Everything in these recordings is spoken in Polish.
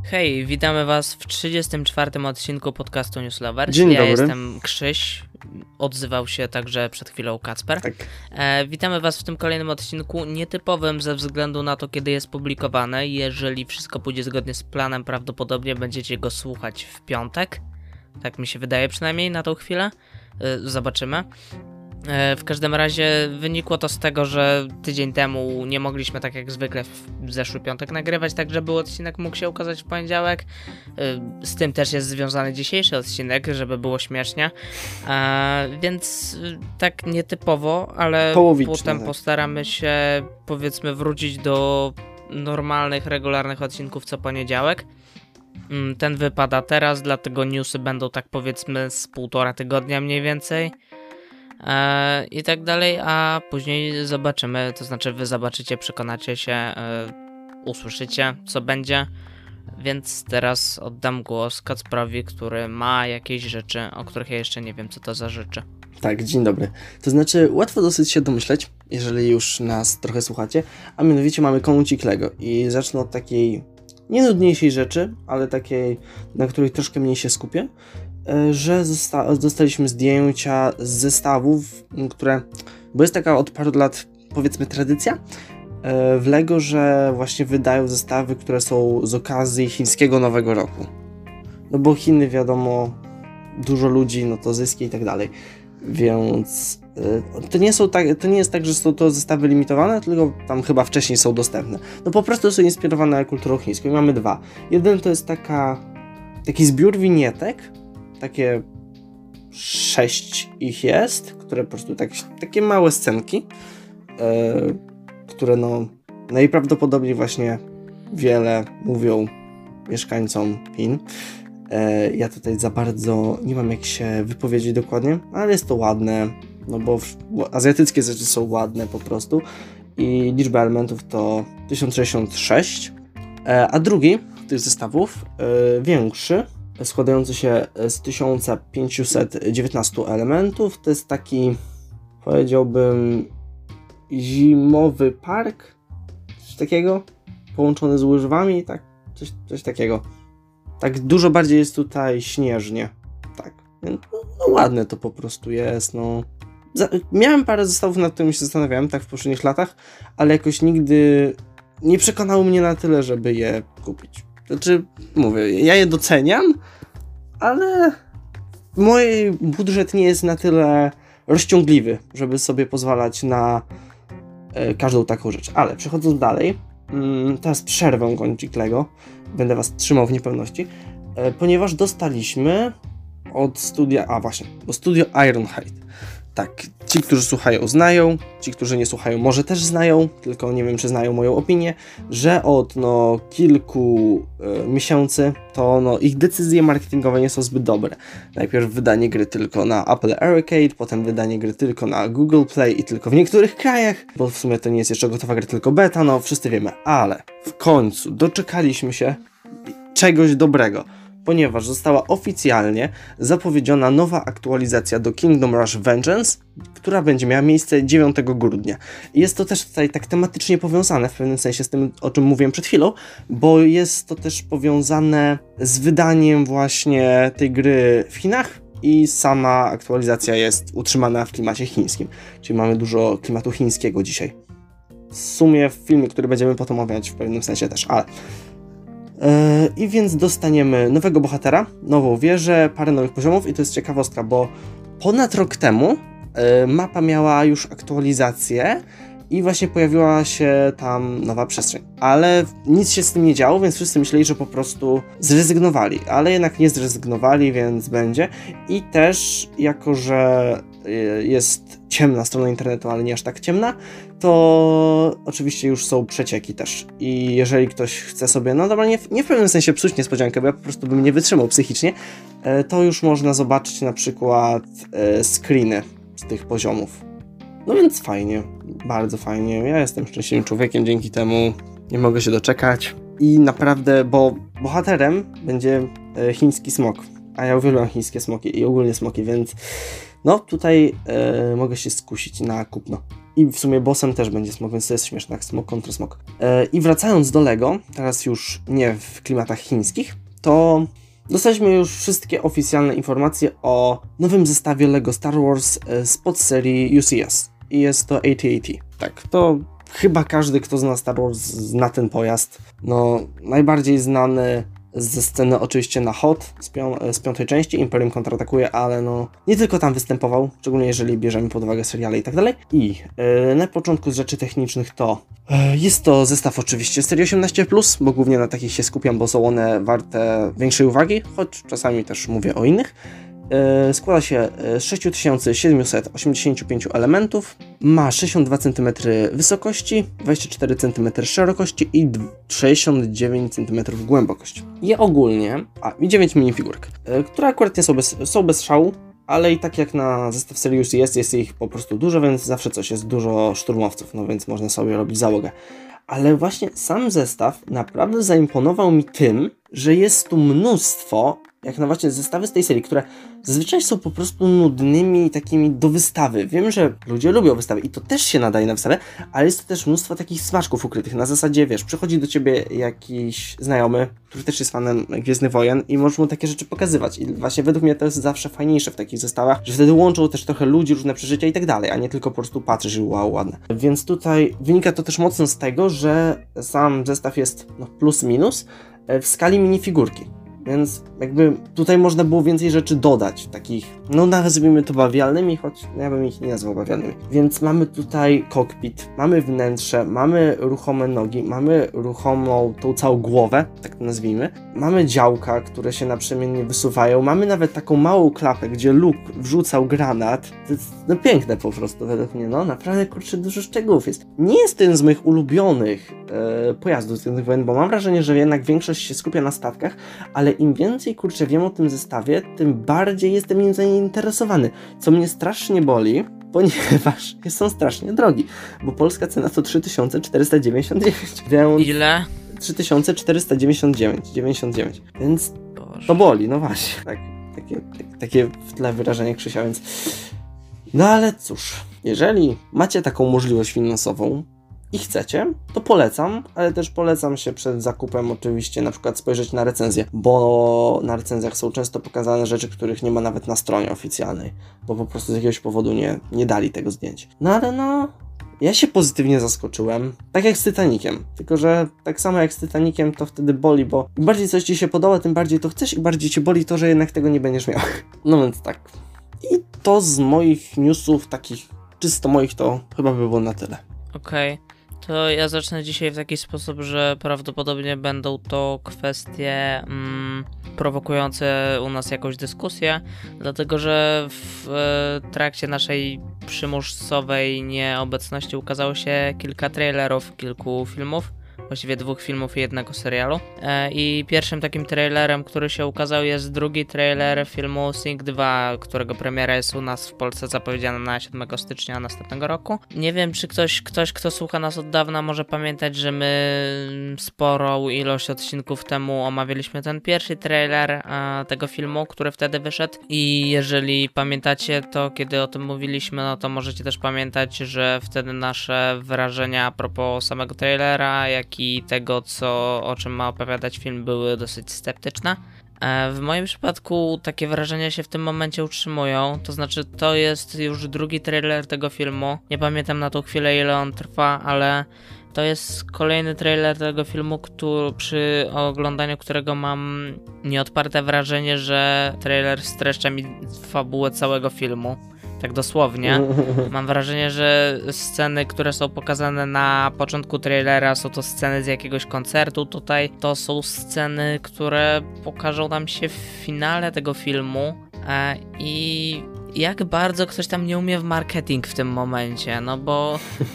Hej, witamy Was w 34. odcinku podcastu News Lovers. Dzień dobry. Ja jestem Krzyś, odzywał się także przed chwilą Kacper. Tak. Witamy Was w tym kolejnym odcinku, nietypowym ze względu na to, kiedy jest publikowane. Jeżeli wszystko pójdzie zgodnie z planem, prawdopodobnie będziecie go słuchać w piątek. Tak mi się wydaje przynajmniej na tą chwilę. Zobaczymy. W każdym razie wynikło to z tego, że tydzień temu nie mogliśmy tak jak zwykle w zeszły piątek nagrywać, tak żeby odcinek mógł się ukazać w poniedziałek. Z tym też jest związany dzisiejszy odcinek, żeby było śmiesznie. Więc tak nietypowo, ale potem postaramy się powiedzmy wrócić do normalnych, regularnych odcinków co poniedziałek. Ten wypada teraz, dlatego newsy będą tak powiedzmy z 1,5 tygodnia mniej więcej. I tak dalej, a później zobaczymy, to znaczy wy zobaczycie, przekonacie się, usłyszycie co będzie, więc teraz oddam głos Kacprowi, który ma jakieś rzeczy, o których ja jeszcze nie wiem co to za rzeczy. Tak, dzień dobry. To znaczy łatwo dosyć się domyśleć, jeżeli już nas trochę słuchacie, a mianowicie mamy kącik Lego i zacznę od takiej nie nudniejszej rzeczy, ale takiej, na której troszkę mniej się skupię, że dostaliśmy zdjęcia z zestawów, które, bo jest taka od paru lat powiedzmy tradycja w Lego, że właśnie wydają zestawy, które są z okazji chińskiego Nowego Roku. No bo Chiny wiadomo, dużo ludzi, no to zyski i tak dalej. Więc to nie jest tak, że są to zestawy limitowane, tylko tam chyba wcześniej są dostępne. No po prostu są inspirowane kulturą chińską i mamy dwa. Jeden to jest taki zbiór winietek, takie 6 ich jest, które po prostu takie małe scenki, które no najprawdopodobniej właśnie wiele mówią mieszkańcom Chin. Ja tutaj za bardzo nie mam jak się wypowiedzieć dokładnie, ale jest to ładne, no bo azjatyckie rzeczy są ładne po prostu i liczba elementów to 1066, a drugi tych zestawów, większy, składający się z 1519 elementów, to jest taki, powiedziałbym, zimowy park, coś takiego, połączony z łyżwami, tak, coś takiego. Tak dużo bardziej jest tutaj śnieżnie. Tak. No ładne to po prostu jest, no. Miałem parę zestawów, nad którymi się zastanawiałem, tak w poprzednich latach, ale jakoś nigdy nie przekonały mnie na tyle, żeby je kupić. Znaczy, mówię, ja je doceniam, ale mój budżet nie jest na tyle rozciągliwy, żeby sobie pozwalać na każdą taką rzecz. Ale przechodząc dalej, teraz przerwę kącik Lego, będę was trzymał w niepewności, ponieważ dostaliśmy od studia, bo studio Ironhide. Tak, ci, którzy słuchają, znają, ci, którzy nie słuchają, może też znają, tylko nie wiem, czy znają moją opinię, że od kilku miesięcy to ich decyzje marketingowe nie są zbyt dobre. Najpierw wydanie gry tylko na Apple Arcade, potem wydanie gry tylko na Google Play i tylko w niektórych krajach, bo w sumie to nie jest jeszcze gotowa gra, tylko beta, wszyscy wiemy, ale w końcu doczekaliśmy się czegoś dobrego, ponieważ została oficjalnie zapowiedziana nowa aktualizacja do Kingdom Rush Vengeance, która będzie miała miejsce 9 grudnia. I jest to też tutaj tak tematycznie powiązane w pewnym sensie z tym, o czym mówiłem przed chwilą, bo jest to też powiązane z wydaniem właśnie tej gry w Chinach i sama aktualizacja jest utrzymana w klimacie chińskim, czyli mamy dużo klimatu chińskiego dzisiaj. W sumie w filmie, który będziemy potem omawiać w pewnym sensie też, ale... I więc dostaniemy nowego bohatera, nową wieżę, parę nowych poziomów i to jest ciekawostka, bo ponad rok temu mapa miała już aktualizację i właśnie pojawiła się tam nowa przestrzeń. Ale nic się z tym nie działo, więc wszyscy myśleli, że po prostu zrezygnowali, ale jednak nie zrezygnowali, więc będzie. I też, jako że jest ciemna strona internetu, ale nie aż tak ciemna, to oczywiście już są przecieki też. I jeżeli ktoś chce sobie, nie w pewnym sensie psuć niespodziankę, bo ja po prostu bym nie wytrzymał psychicznie, to już można zobaczyć na przykład screeny z tych poziomów. No więc fajnie, bardzo fajnie. Ja jestem szczęśliwym człowiekiem dzięki temu. Nie mogę się doczekać. I naprawdę, bo bohaterem będzie chiński smok. A ja uwielbiam chińskie smoki i ogólnie smoki, więc tutaj mogę się skusić na kupno. I w sumie bossem też będzie smok, więc to jest śmieszne, jak smok kontra smok. I wracając do LEGO, teraz już nie w klimatach chińskich, to dostaliśmy już wszystkie oficjalne informacje o nowym zestawie LEGO Star Wars z podserii UCS. I jest to AT-AT. Tak, to chyba każdy, kto zna Star Wars, zna ten pojazd. No, najbardziej znany ze sceny oczywiście na Hot z piątej części, Imperium kontratakuje, ale no nie tylko tam występował, szczególnie jeżeli bierzemy pod uwagę seriale i tak dalej. I na początku z rzeczy technicznych to jest to zestaw oczywiście serii 18+, bo głównie na takich się skupiam, bo są one warte większej uwagi, choć czasami też mówię o innych. Składa się z 6785 elementów, ma 62 cm wysokości, 24 cm szerokości i 69 cm głębokość. I ogólnie, i 9 minifigurek, które akurat nie są bez szału, ale i tak jak na zestaw serii jest ich po prostu dużo, więc zawsze coś, jest dużo szturmowców, no więc można sobie robić załogę. Ale właśnie sam zestaw naprawdę zaimponował mi tym, że jest tu mnóstwo, jak na właśnie zestawy z tej serii, które zazwyczaj są po prostu nudnymi takimi do wystawy. Wiem, że ludzie lubią wystawy i to też się nadaje na wystawę, ale jest to też mnóstwo takich smaczków ukrytych. Na zasadzie, wiesz, przychodzi do ciebie jakiś znajomy, który też jest fanem Gwiezdnych Wojen i możesz mu takie rzeczy pokazywać. I właśnie według mnie to jest zawsze fajniejsze w takich zestawach, że wtedy łączą też trochę ludzi, różne przeżycia i tak dalej, a nie tylko po prostu patrzysz i wow, ładne. Więc tutaj wynika to też mocno z tego, że sam zestaw jest plus minus w skali minifigurki. Więc jakby tutaj można było więcej rzeczy dodać, takich, no nazwijmy to bawialnymi, choć ja bym ich nie nazwał bawialnymi. Więc mamy tutaj kokpit, mamy wnętrze, mamy ruchome nogi, mamy ruchomą tą całą głowę, tak to nazwijmy. Mamy działka, które się naprzemiennie wysuwają, mamy nawet taką małą klapę, gdzie Luke wrzucał granat. To jest no piękne po prostu według mnie, no naprawdę kurczę dużo szczegółów jest. Nie jest to jeden z moich ulubionych pojazdów z Gwiezdnych Wojen, bo mam wrażenie, że jednak większość się skupia na statkach, ale im więcej kurczę wiem o tym zestawie, tym bardziej jestem nim zainteresowany, co mnie strasznie boli, ponieważ są strasznie drogi, bo polska cena to 3499, więc... Ile? 3499, więc Boże. To boli, no właśnie, tak, takie w tle wyrażenie Krzysia, więc... No ale cóż, jeżeli macie taką możliwość finansową, i chcecie, to polecam, ale też polecam się przed zakupem oczywiście na przykład spojrzeć na recenzję, bo na recenzjach są często pokazane rzeczy, których nie ma nawet na stronie oficjalnej, bo po prostu z jakiegoś powodu nie dali tego zdjęcia. No ale no, ja się pozytywnie zaskoczyłem, tak jak z Titaniciem, tylko że tak samo jak z Titaniciem to wtedy boli, bo im bardziej coś ci się podoba, tym bardziej to chcesz i bardziej cię boli to, że jednak tego nie będziesz miał. No więc tak. I to z moich newsów, takich czysto moich, to chyba by było na tyle. Okej. To ja zacznę dzisiaj w taki sposób, że prawdopodobnie będą to kwestie prowokujące u nas jakąś dyskusję, dlatego że w trakcie naszej przymusowej nieobecności ukazało się kilka trailerów, kilku filmów, właściwie 2 filmów i 1 serialu. I pierwszym takim trailerem, który się ukazał, jest drugi trailer filmu Sing 2, którego premiera jest u nas w Polsce zapowiedziana na 7 stycznia następnego roku. Nie wiem, czy ktoś, kto słucha nas od dawna, może pamiętać, że my sporą ilość odcinków temu omawialiśmy ten pierwszy trailer tego filmu, który wtedy wyszedł. I jeżeli pamiętacie to, kiedy o tym mówiliśmy, no to możecie też pamiętać, że wtedy nasze wrażenia a propos samego trailera, jak i tego, o czym ma opowiadać film, były dosyć sceptyczne. W moim przypadku takie wrażenia się w tym momencie utrzymują, to znaczy to jest już drugi trailer tego filmu, nie pamiętam na tą chwilę ile on trwa, ale to jest kolejny trailer tego filmu, przy oglądaniu którego mam nieodparte wrażenie, że trailer streszcza mi fabułę całego filmu. Tak dosłownie. Mam wrażenie, że sceny, które są pokazane na początku trailera, są to sceny z jakiegoś koncertu. Tutaj to są sceny, które pokażą nam się w finale tego filmu. I jak bardzo ktoś tam nie umie w marketing w tym momencie, no bo...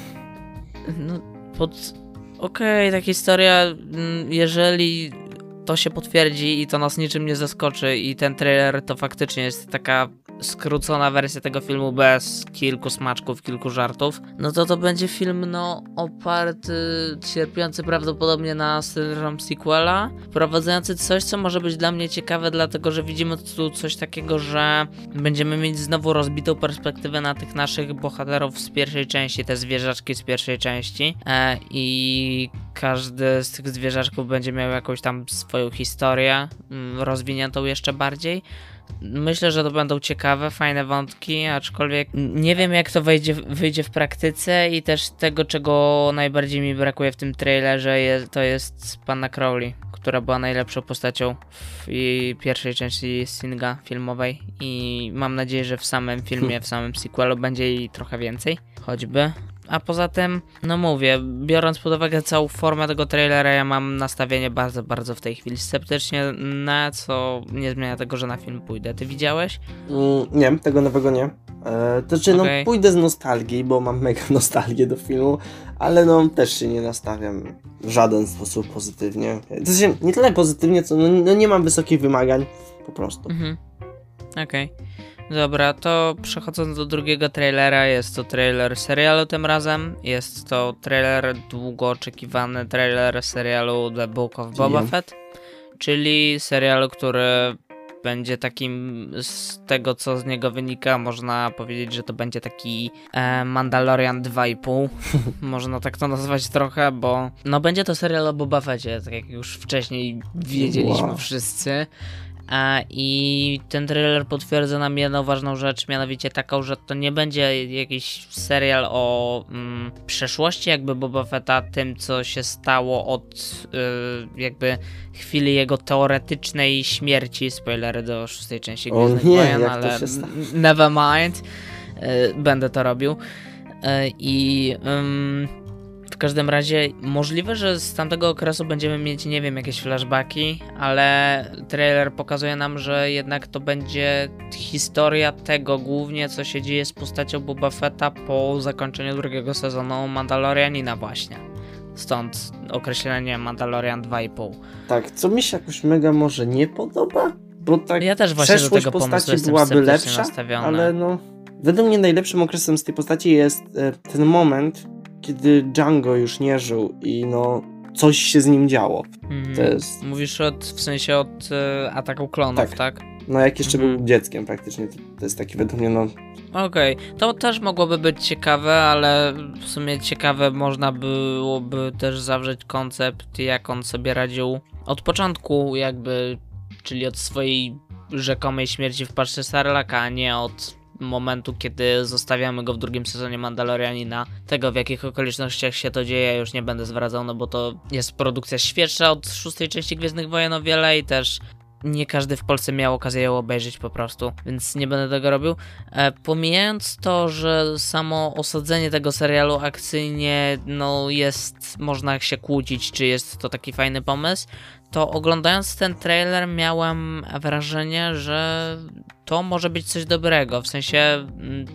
Okej, ta historia, jeżeli to się potwierdzi i to nas niczym nie zaskoczy i ten trailer to faktycznie jest taka skrócona wersja tego filmu bez kilku smaczków, kilku żartów, no to będzie film, no, oparty, cierpiący prawdopodobnie na syndrom sequela, wprowadzający coś, co może być dla mnie ciekawe, dlatego, że widzimy tu coś takiego, że będziemy mieć znowu rozbitą perspektywę na tych naszych bohaterów z pierwszej części, te zwierzaczki z pierwszej części, i każdy z tych zwierzaczków będzie miał jakąś tam swoją historię, rozwiniętą jeszcze bardziej. Myślę, że to będą ciekawe, fajne wątki, aczkolwiek nie wiem, jak to wyjdzie w praktyce i też tego, czego najbardziej mi brakuje w tym trailerze, to jest Panna Crowley, która była najlepszą postacią w pierwszej części Singa filmowej i mam nadzieję, że w samym filmie, w samym sequelu będzie jej trochę więcej, choćby. A poza tym, no mówię, biorąc pod uwagę całą formę tego trailera, ja mam nastawienie bardzo, bardzo w tej chwili sceptycznie, na co nie zmienia tego, że na film pójdę. Ty widziałeś? Nie, tego nowego nie. To znaczy, okay. No pójdę z nostalgii, bo mam mega nostalgię do filmu, ale no też się nie nastawiam w żaden sposób pozytywnie. To znaczy, nie tyle pozytywnie, co no nie mam wysokich wymagań, po prostu. Okej. Dobra, to przechodząc do drugiego trailera, jest to trailer serialu tym razem, jest to trailer, długo oczekiwany trailer serialu The Book of Boba Fett, czyli serialu, który będzie takim, z tego co z niego wynika, można powiedzieć, że to będzie taki Mandalorian 2,5, można tak to nazwać trochę, bo no będzie to serial o Boba Fetcie, tak jak już wcześniej wiedzieliśmy wszyscy. I ten trailer potwierdza nam jedną ważną rzecz, mianowicie taką, że to nie będzie jakiś serial o przeszłości jakby Boba Fetta, tym co się stało od jakby chwili jego teoretycznej śmierci, spoilery do 6. części Gwiezdnych Wojen, ale never mind, będę to robił. W każdym razie możliwe, że z tamtego okresu będziemy mieć, nie wiem, jakieś flashbacki, ale trailer pokazuje nam, że jednak to będzie historia tego głównie, co się dzieje z postacią Boba Fetta po zakończeniu drugiego sezonu Mandalorianina właśnie. Stąd określenie Mandalorian 2,5. Tak, co mi się jakoś mega może nie podoba, bo tak ja też właśnie do tego postaci byłaby lepsza, nastawiony. Ale no według mnie najlepszym okresem z tej postaci jest ten moment, kiedy Django już nie żył i no coś się z nim działo. To jest... Mówisz w sensie od ataku klonów, tak? No jak jeszcze był dzieckiem praktycznie, to jest taki według mnie no... Okej, to też mogłoby być ciekawe, ale w sumie ciekawe można byłoby też zawrzeć koncept, jak on sobie radził od początku jakby, czyli od swojej rzekomej śmierci w paczce Sarlacca, a nie od momentu, kiedy zostawiamy go w drugim sezonie Mandalorianina. Tego, w jakich okolicznościach się to dzieje, już nie będę zwracał, no bo to jest produkcja świeższa od 6. części Gwiezdnych Wojen o wiele i też nie każdy w Polsce miał okazję ją obejrzeć po prostu, więc nie będę tego robił. Pomijając to, że samo osadzenie tego serialu akcyjnie, no jest, można się kłócić, czy jest to taki fajny pomysł, to oglądając ten trailer miałem wrażenie, że to może być coś dobrego, w sensie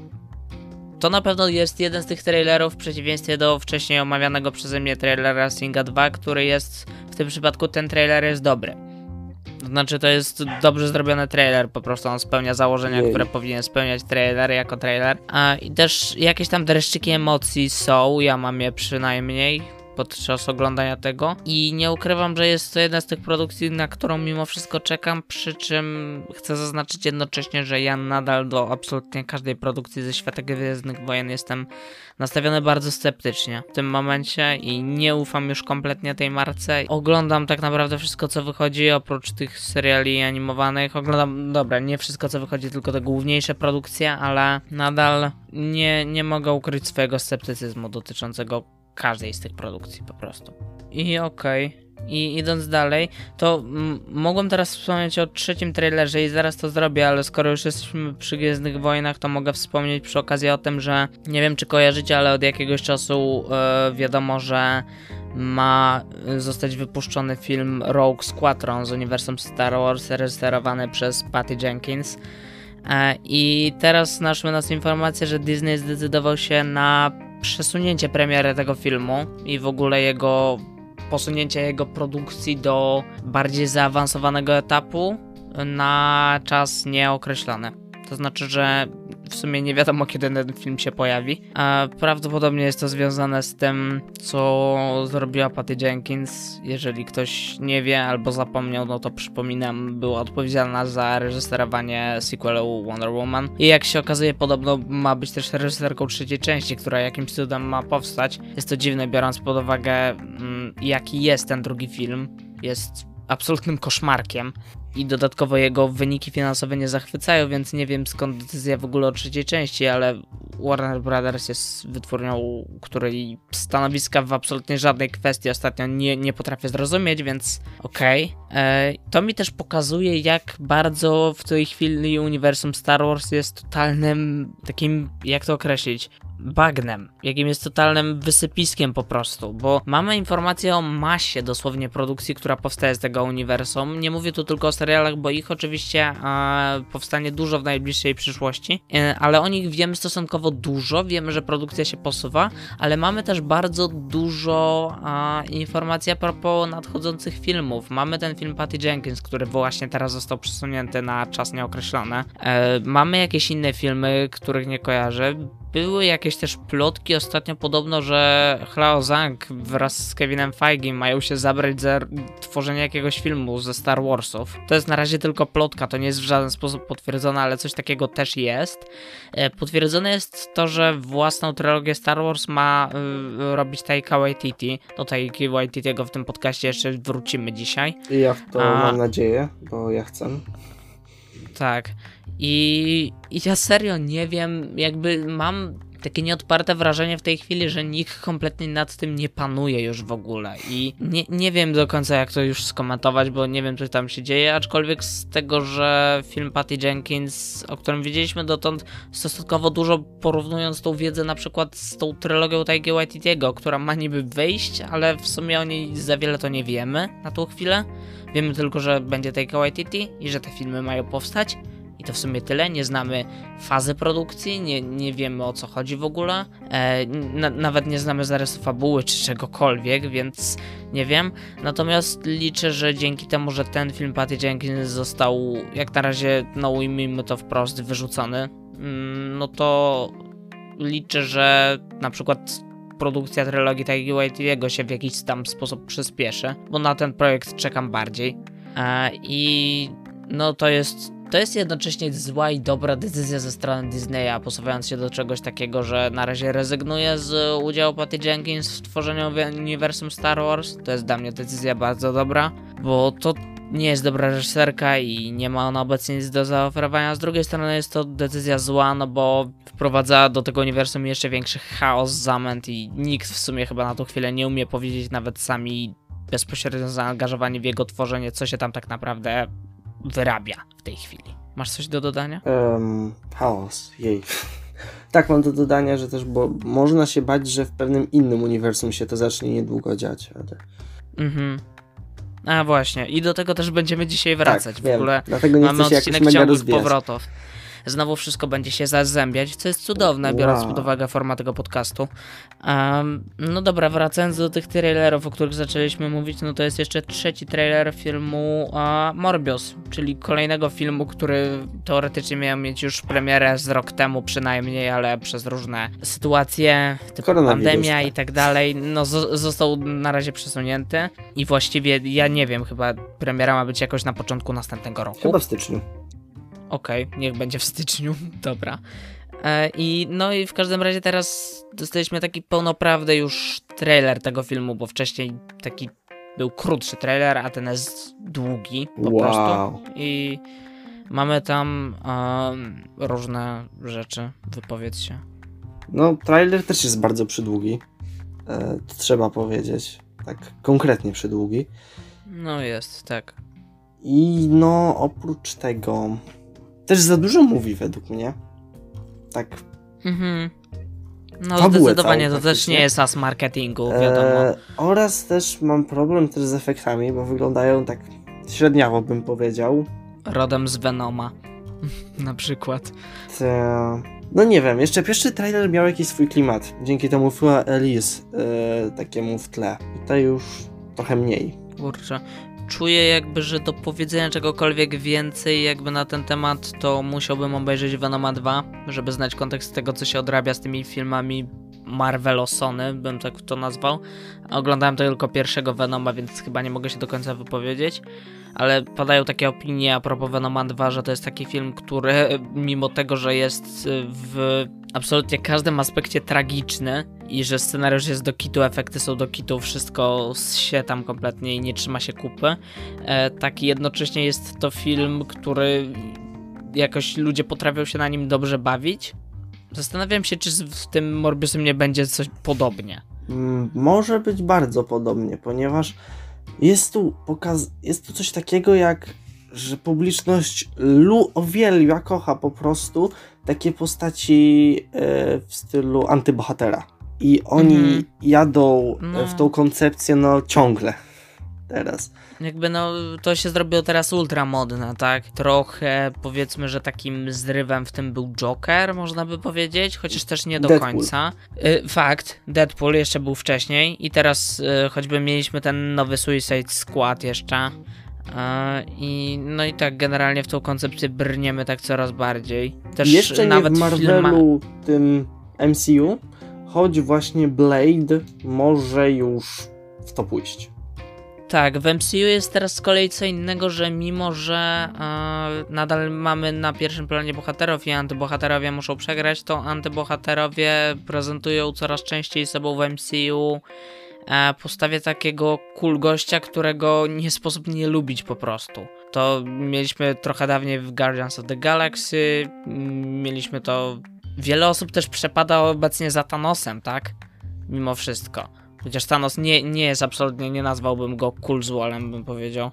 to na pewno jest jeden z tych trailerów w przeciwieństwie do wcześniej omawianego przeze mnie trailera Singa 2, który jest, w tym przypadku ten trailer jest dobry. Znaczy to jest dobrze zrobiony trailer, po prostu on spełnia założenia, które powinien spełniać trailer jako trailer. I też jakieś tam dreszczyki emocji są, ja mam je przynajmniej podczas oglądania tego i nie ukrywam, że jest to jedna z tych produkcji, na którą mimo wszystko czekam, przy czym chcę zaznaczyć jednocześnie, że ja nadal do absolutnie każdej produkcji ze świata Gwiezdnych Wojen jestem nastawiony bardzo sceptycznie w tym momencie i nie ufam już kompletnie tej marce. Oglądam tak naprawdę wszystko, co wychodzi, oprócz tych seriali animowanych. Oglądam, dobra, nie wszystko, co wychodzi, tylko te główniejsze produkcje, ale nadal nie mogę ukryć swojego sceptycyzmu dotyczącego każdej z tych produkcji po prostu. I I idąc dalej, to mogłem teraz wspomnieć o trzecim trailerze i zaraz to zrobię, ale skoro już jesteśmy przy Gwiezdnych Wojnach, to mogę wspomnieć przy okazji o tym, że nie wiem czy kojarzycie, ale od jakiegoś czasu wiadomo, że ma zostać wypuszczony film Rogue Squadron z uniwersum Star Wars, reżyserowany przez Patty Jenkins. I teraz naszły nas informacje, że Disney zdecydował się na przesunięcie premiery tego filmu i w ogóle posunięcie jego produkcji do bardziej zaawansowanego etapu na czas nieokreślony. To znaczy, że w sumie nie wiadomo, kiedy ten film się pojawi. A prawdopodobnie jest to związane z tym, co zrobiła Patty Jenkins. Jeżeli ktoś nie wie albo zapomniał, no to przypominam, była odpowiedzialna za reżyserowanie sequelu Wonder Woman. I jak się okazuje, podobno ma być też reżyserką trzeciej części, która jakimś cudem ma powstać. Jest to dziwne, biorąc pod uwagę, jaki jest ten drugi film. Jest absolutnym koszmarkiem. I dodatkowo jego wyniki finansowe nie zachwycają, więc nie wiem, skąd decyzja w ogóle o trzeciej części, ale Warner Brothers jest wytwórnią, której stanowiska w absolutnie żadnej kwestii ostatnio nie potrafię zrozumieć, więc okej. To mi też pokazuje, jak bardzo w tej chwili uniwersum Star Wars jest totalnym takim, jak to określić, bagnem, jakim jest totalnym wysypiskiem po prostu, bo mamy informacje o masie dosłownie produkcji, która powstaje z tego uniwersum. Nie mówię tu tylko o serialach, bo ich oczywiście powstanie dużo w najbliższej przyszłości, ale o nich wiemy stosunkowo dużo, wiemy, że produkcja się posuwa, ale mamy też bardzo dużo informacji a propos nadchodzących filmów. Mamy ten film Patty Jenkins, który właśnie teraz został przesunięty na czas nieokreślony. Mamy jakieś inne filmy, których nie kojarzę. Były jakieś też plotki ostatnio podobno, że Hlau Zhang wraz z Kevinem Feige mają się zabrać za tworzenie jakiegoś filmu ze Star Warsów. To jest na razie tylko plotka, to nie jest w żaden sposób potwierdzone, ale coś takiego też jest. Potwierdzone jest to, że własną trylogię Star Wars ma robić Taika Waititi. Do Taiki Waititiego w tym podcaście jeszcze wrócimy dzisiaj. I ja w to mam nadzieję, bo ja chcę. Tak. I ja serio nie wiem, jakby mam takie nieodparte wrażenie w tej chwili, że nikt kompletnie nad tym nie panuje już w ogóle i nie wiem do końca, jak to już skomentować, bo nie wiem, co tam się dzieje, aczkolwiek z tego, że film Patty Jenkins, o którym wiedzieliśmy dotąd stosunkowo dużo, porównując tą wiedzę na przykład z tą trylogią Taiki Waititiego, która ma niby wyjść, ale w sumie o niej za wiele to nie wiemy na tą chwilę. Wiemy tylko, że będzie Taika Waititi i że te filmy mają powstać. I to w sumie tyle, nie znamy fazy produkcji, nie wiemy, o co chodzi w ogóle, nawet nie znamy zarysu fabuły czy czegokolwiek, więc nie wiem. Natomiast liczę, że dzięki temu, że ten film Patty Jenkins został, jak na razie, no ujmijmy to wprost, wyrzucony, no to liczę, że na przykład produkcja trylogii Taiki Waititiego się w jakiś tam sposób przyspieszy, bo na ten projekt czekam bardziej. I no to jest jednocześnie zła i dobra decyzja ze strony Disneya, posuwając się do czegoś takiego, że na razie rezygnuje z udziału Patty Jenkins w tworzeniu uniwersum Star Wars. To jest dla mnie decyzja bardzo dobra, bo to nie jest dobra reżyserka i nie ma ona obecnie nic do zaoferowania. Z drugiej strony jest to decyzja zła, no bo wprowadza do tego uniwersum jeszcze większy chaos, zamęt i nikt w sumie chyba na tą chwilę nie umie powiedzieć, nawet sami bezpośrednio zaangażowani w jego tworzenie, co się tam tak naprawdę wyrabia w tej chwili. Masz coś do dodania? Chaos, jej. Tak, mam do dodania, że też, bo można się bać, że w pewnym innym uniwersum się to zacznie niedługo dziać, ale... A właśnie, i do tego też będziemy dzisiaj wracać. Tak, w ogóle dlatego nie mamy chcę się odcinek jakoś mega ciągłych rozwijać. powrotów. Znowu wszystko będzie się zazębiać, co jest cudowne, biorąc pod uwagę format tego podcastu. No dobra, wracając do tych trailerów, o których zaczęliśmy mówić, no to jest jeszcze trzeci trailer filmu Morbius, czyli kolejnego filmu, który teoretycznie miał mieć już premierę z rok temu przynajmniej, ale przez różne sytuacje, typu pandemia i tak dalej, no został na razie przesunięty i właściwie, ja nie wiem, chyba premiera ma być jakoś na początku następnego roku. Chyba w styczniu. Okej, niech będzie w styczniu, dobra. No i w każdym razie teraz dostaliśmy taki pełnoprawny już trailer tego filmu, bo wcześniej taki był krótszy trailer, a ten jest długi po prostu. I mamy tam różne rzeczy, wypowiedz się. No, trailer też jest bardzo przydługi, to trzeba powiedzieć, tak konkretnie przydługi. No jest, tak. I no, oprócz tego... Też za dużo mówi według mnie. Tak. No zdecydowanie to też nie jest as marketingu, wiadomo. Oraz też mam problem też z efektami, bo wyglądają tak średniawo, bym powiedział. Rodem z Venoma. Na przykład. No nie wiem, jeszcze pierwszy trailer miał jakiś swój klimat. Dzięki temu Fleur Elise takiemu w tle. Tutaj już trochę mniej. Kurczę. czuję jakby, że do powiedzenia czegokolwiek więcej jakby na ten temat, to musiałbym obejrzeć Venoma 2, żeby znać kontekst tego, co się odrabia z tymi filmami Marvelosony, bym tak to nazwał. Oglądałem tylko pierwszego Venoma, więc chyba nie mogę się do końca wypowiedzieć, ale padają takie opinie a propos Venoma 2, że to jest taki film, który mimo tego, że jest w absolutnie każdym aspekcie tragiczny i że scenariusz jest do kitu, efekty są do kitu, wszystko się tam kompletnie i nie trzyma się kupy, tak jednocześnie jest to film, który jakoś ludzie potrafią się na nim dobrze bawić. Zastanawiam się, czy z tym Morbiusem nie będzie coś podobnie. Może być bardzo podobnie, ponieważ jest tu coś takiego jak, że publiczność uwielbia, kocha po prostu takie postaci w stylu antybohatera. I oni jadą w tą koncepcję ciągle teraz. Jakby to się zrobiło teraz ultra modne, tak? Trochę powiedzmy, że takim zrywem w tym był Joker, można by powiedzieć, chociaż też nie do Deadpool. końca. Fakt, Deadpool jeszcze był wcześniej i teraz choćby mieliśmy ten nowy Suicide Squad jeszcze. I tak generalnie w tą koncepcję brniemy tak coraz bardziej. Też jeszcze nawet nie w Marvelu, tym MCU, choć właśnie Blade może już w to pójść. Tak, w MCU jest teraz z kolei co innego, że mimo, że nadal mamy na pierwszym planie bohaterów i antybohaterowie muszą przegrać, to antybohaterowie prezentują coraz częściej sobą w MCU postawię takiego cool gościa, którego nie sposób nie lubić po prostu. To mieliśmy trochę dawniej w Guardians of the Galaxy, mieliśmy to... Wiele osób też przepada obecnie za Thanosem, tak? Mimo wszystko. Chociaż Thanos nie jest absolutnie, nie nazwałbym go cool złolem, bym powiedział.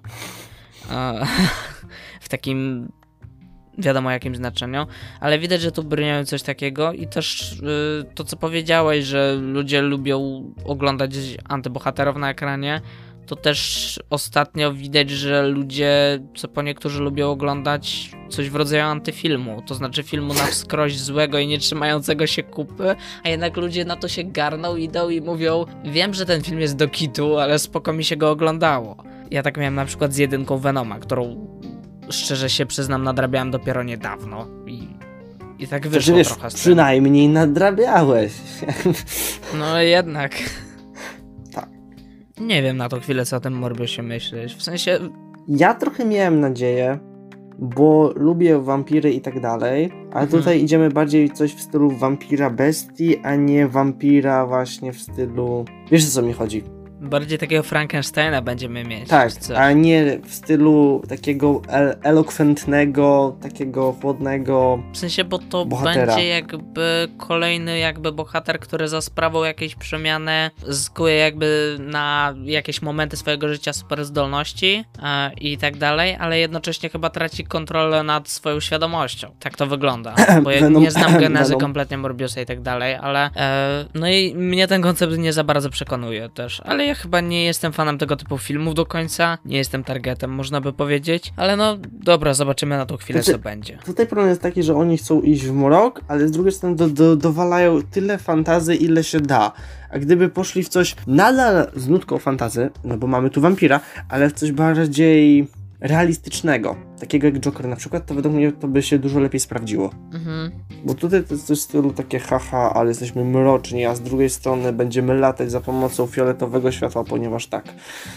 W takim wiadomo jakim znaczeniu, ale widać, że tu brniają coś takiego i też to, co powiedziałeś, że ludzie lubią oglądać antybohaterów na ekranie, to też ostatnio widać, że ludzie, co po niektórzy lubią oglądać coś w rodzaju antyfilmu, to znaczy filmu na wskroś złego i nie trzymającego się kupy, a jednak ludzie na to się garną, idą i mówią, wiem, że ten film jest do kitu, ale spoko mi się go oglądało. Ja tak miałem na przykład z jedynką Venoma, którą szczerze się przyznam, nadrabiałem dopiero niedawno i tak wyszło wiesz, trochę z tym. Przynajmniej nadrabiałeś. No jednak. Tak. Nie wiem na tą chwilę, co o tym Morbiusie myślisz. W sensie... Ja trochę miałem nadzieję, bo lubię wampiry i tak dalej, ale tutaj idziemy bardziej coś w stylu wampira bestii, a nie wampira właśnie w stylu... Wiesz, o co mi chodzi? Bardziej takiego Frankensteina będziemy mieć. Tak, a nie w stylu takiego elokwentnego, takiego chłodnego w sensie, bo to bohatera. będzie jakby kolejny bohater, który za sprawą jakiejś przemiany zyskuje jakby na jakieś momenty swojego życia super zdolności i tak dalej, ale jednocześnie chyba traci kontrolę nad swoją świadomością. Tak to wygląda. Bo ja nie znam genezy kompletnie Morbiusa i tak dalej, ale no i mnie ten koncept nie za bardzo przekonuje też, ale ja chyba nie jestem fanem tego typu filmów do końca, nie jestem targetem, można by powiedzieć, ale no dobra, zobaczymy na tą chwilę, co będzie. Tutaj problem jest taki, że oni chcą iść w mrok, ale z drugiej strony dowalają tyle fantazy, ile się da. A gdyby poszli w coś nadal z nutką fantazy, no bo mamy tu wampira, ale w coś bardziej realistycznego, takiego jak Joker na przykład, to według mnie to by się dużo lepiej sprawdziło. Bo tutaj to jest coś w stylu takie haha, ale jesteśmy mroczni, a z drugiej strony będziemy latać za pomocą fioletowego światła, ponieważ tak.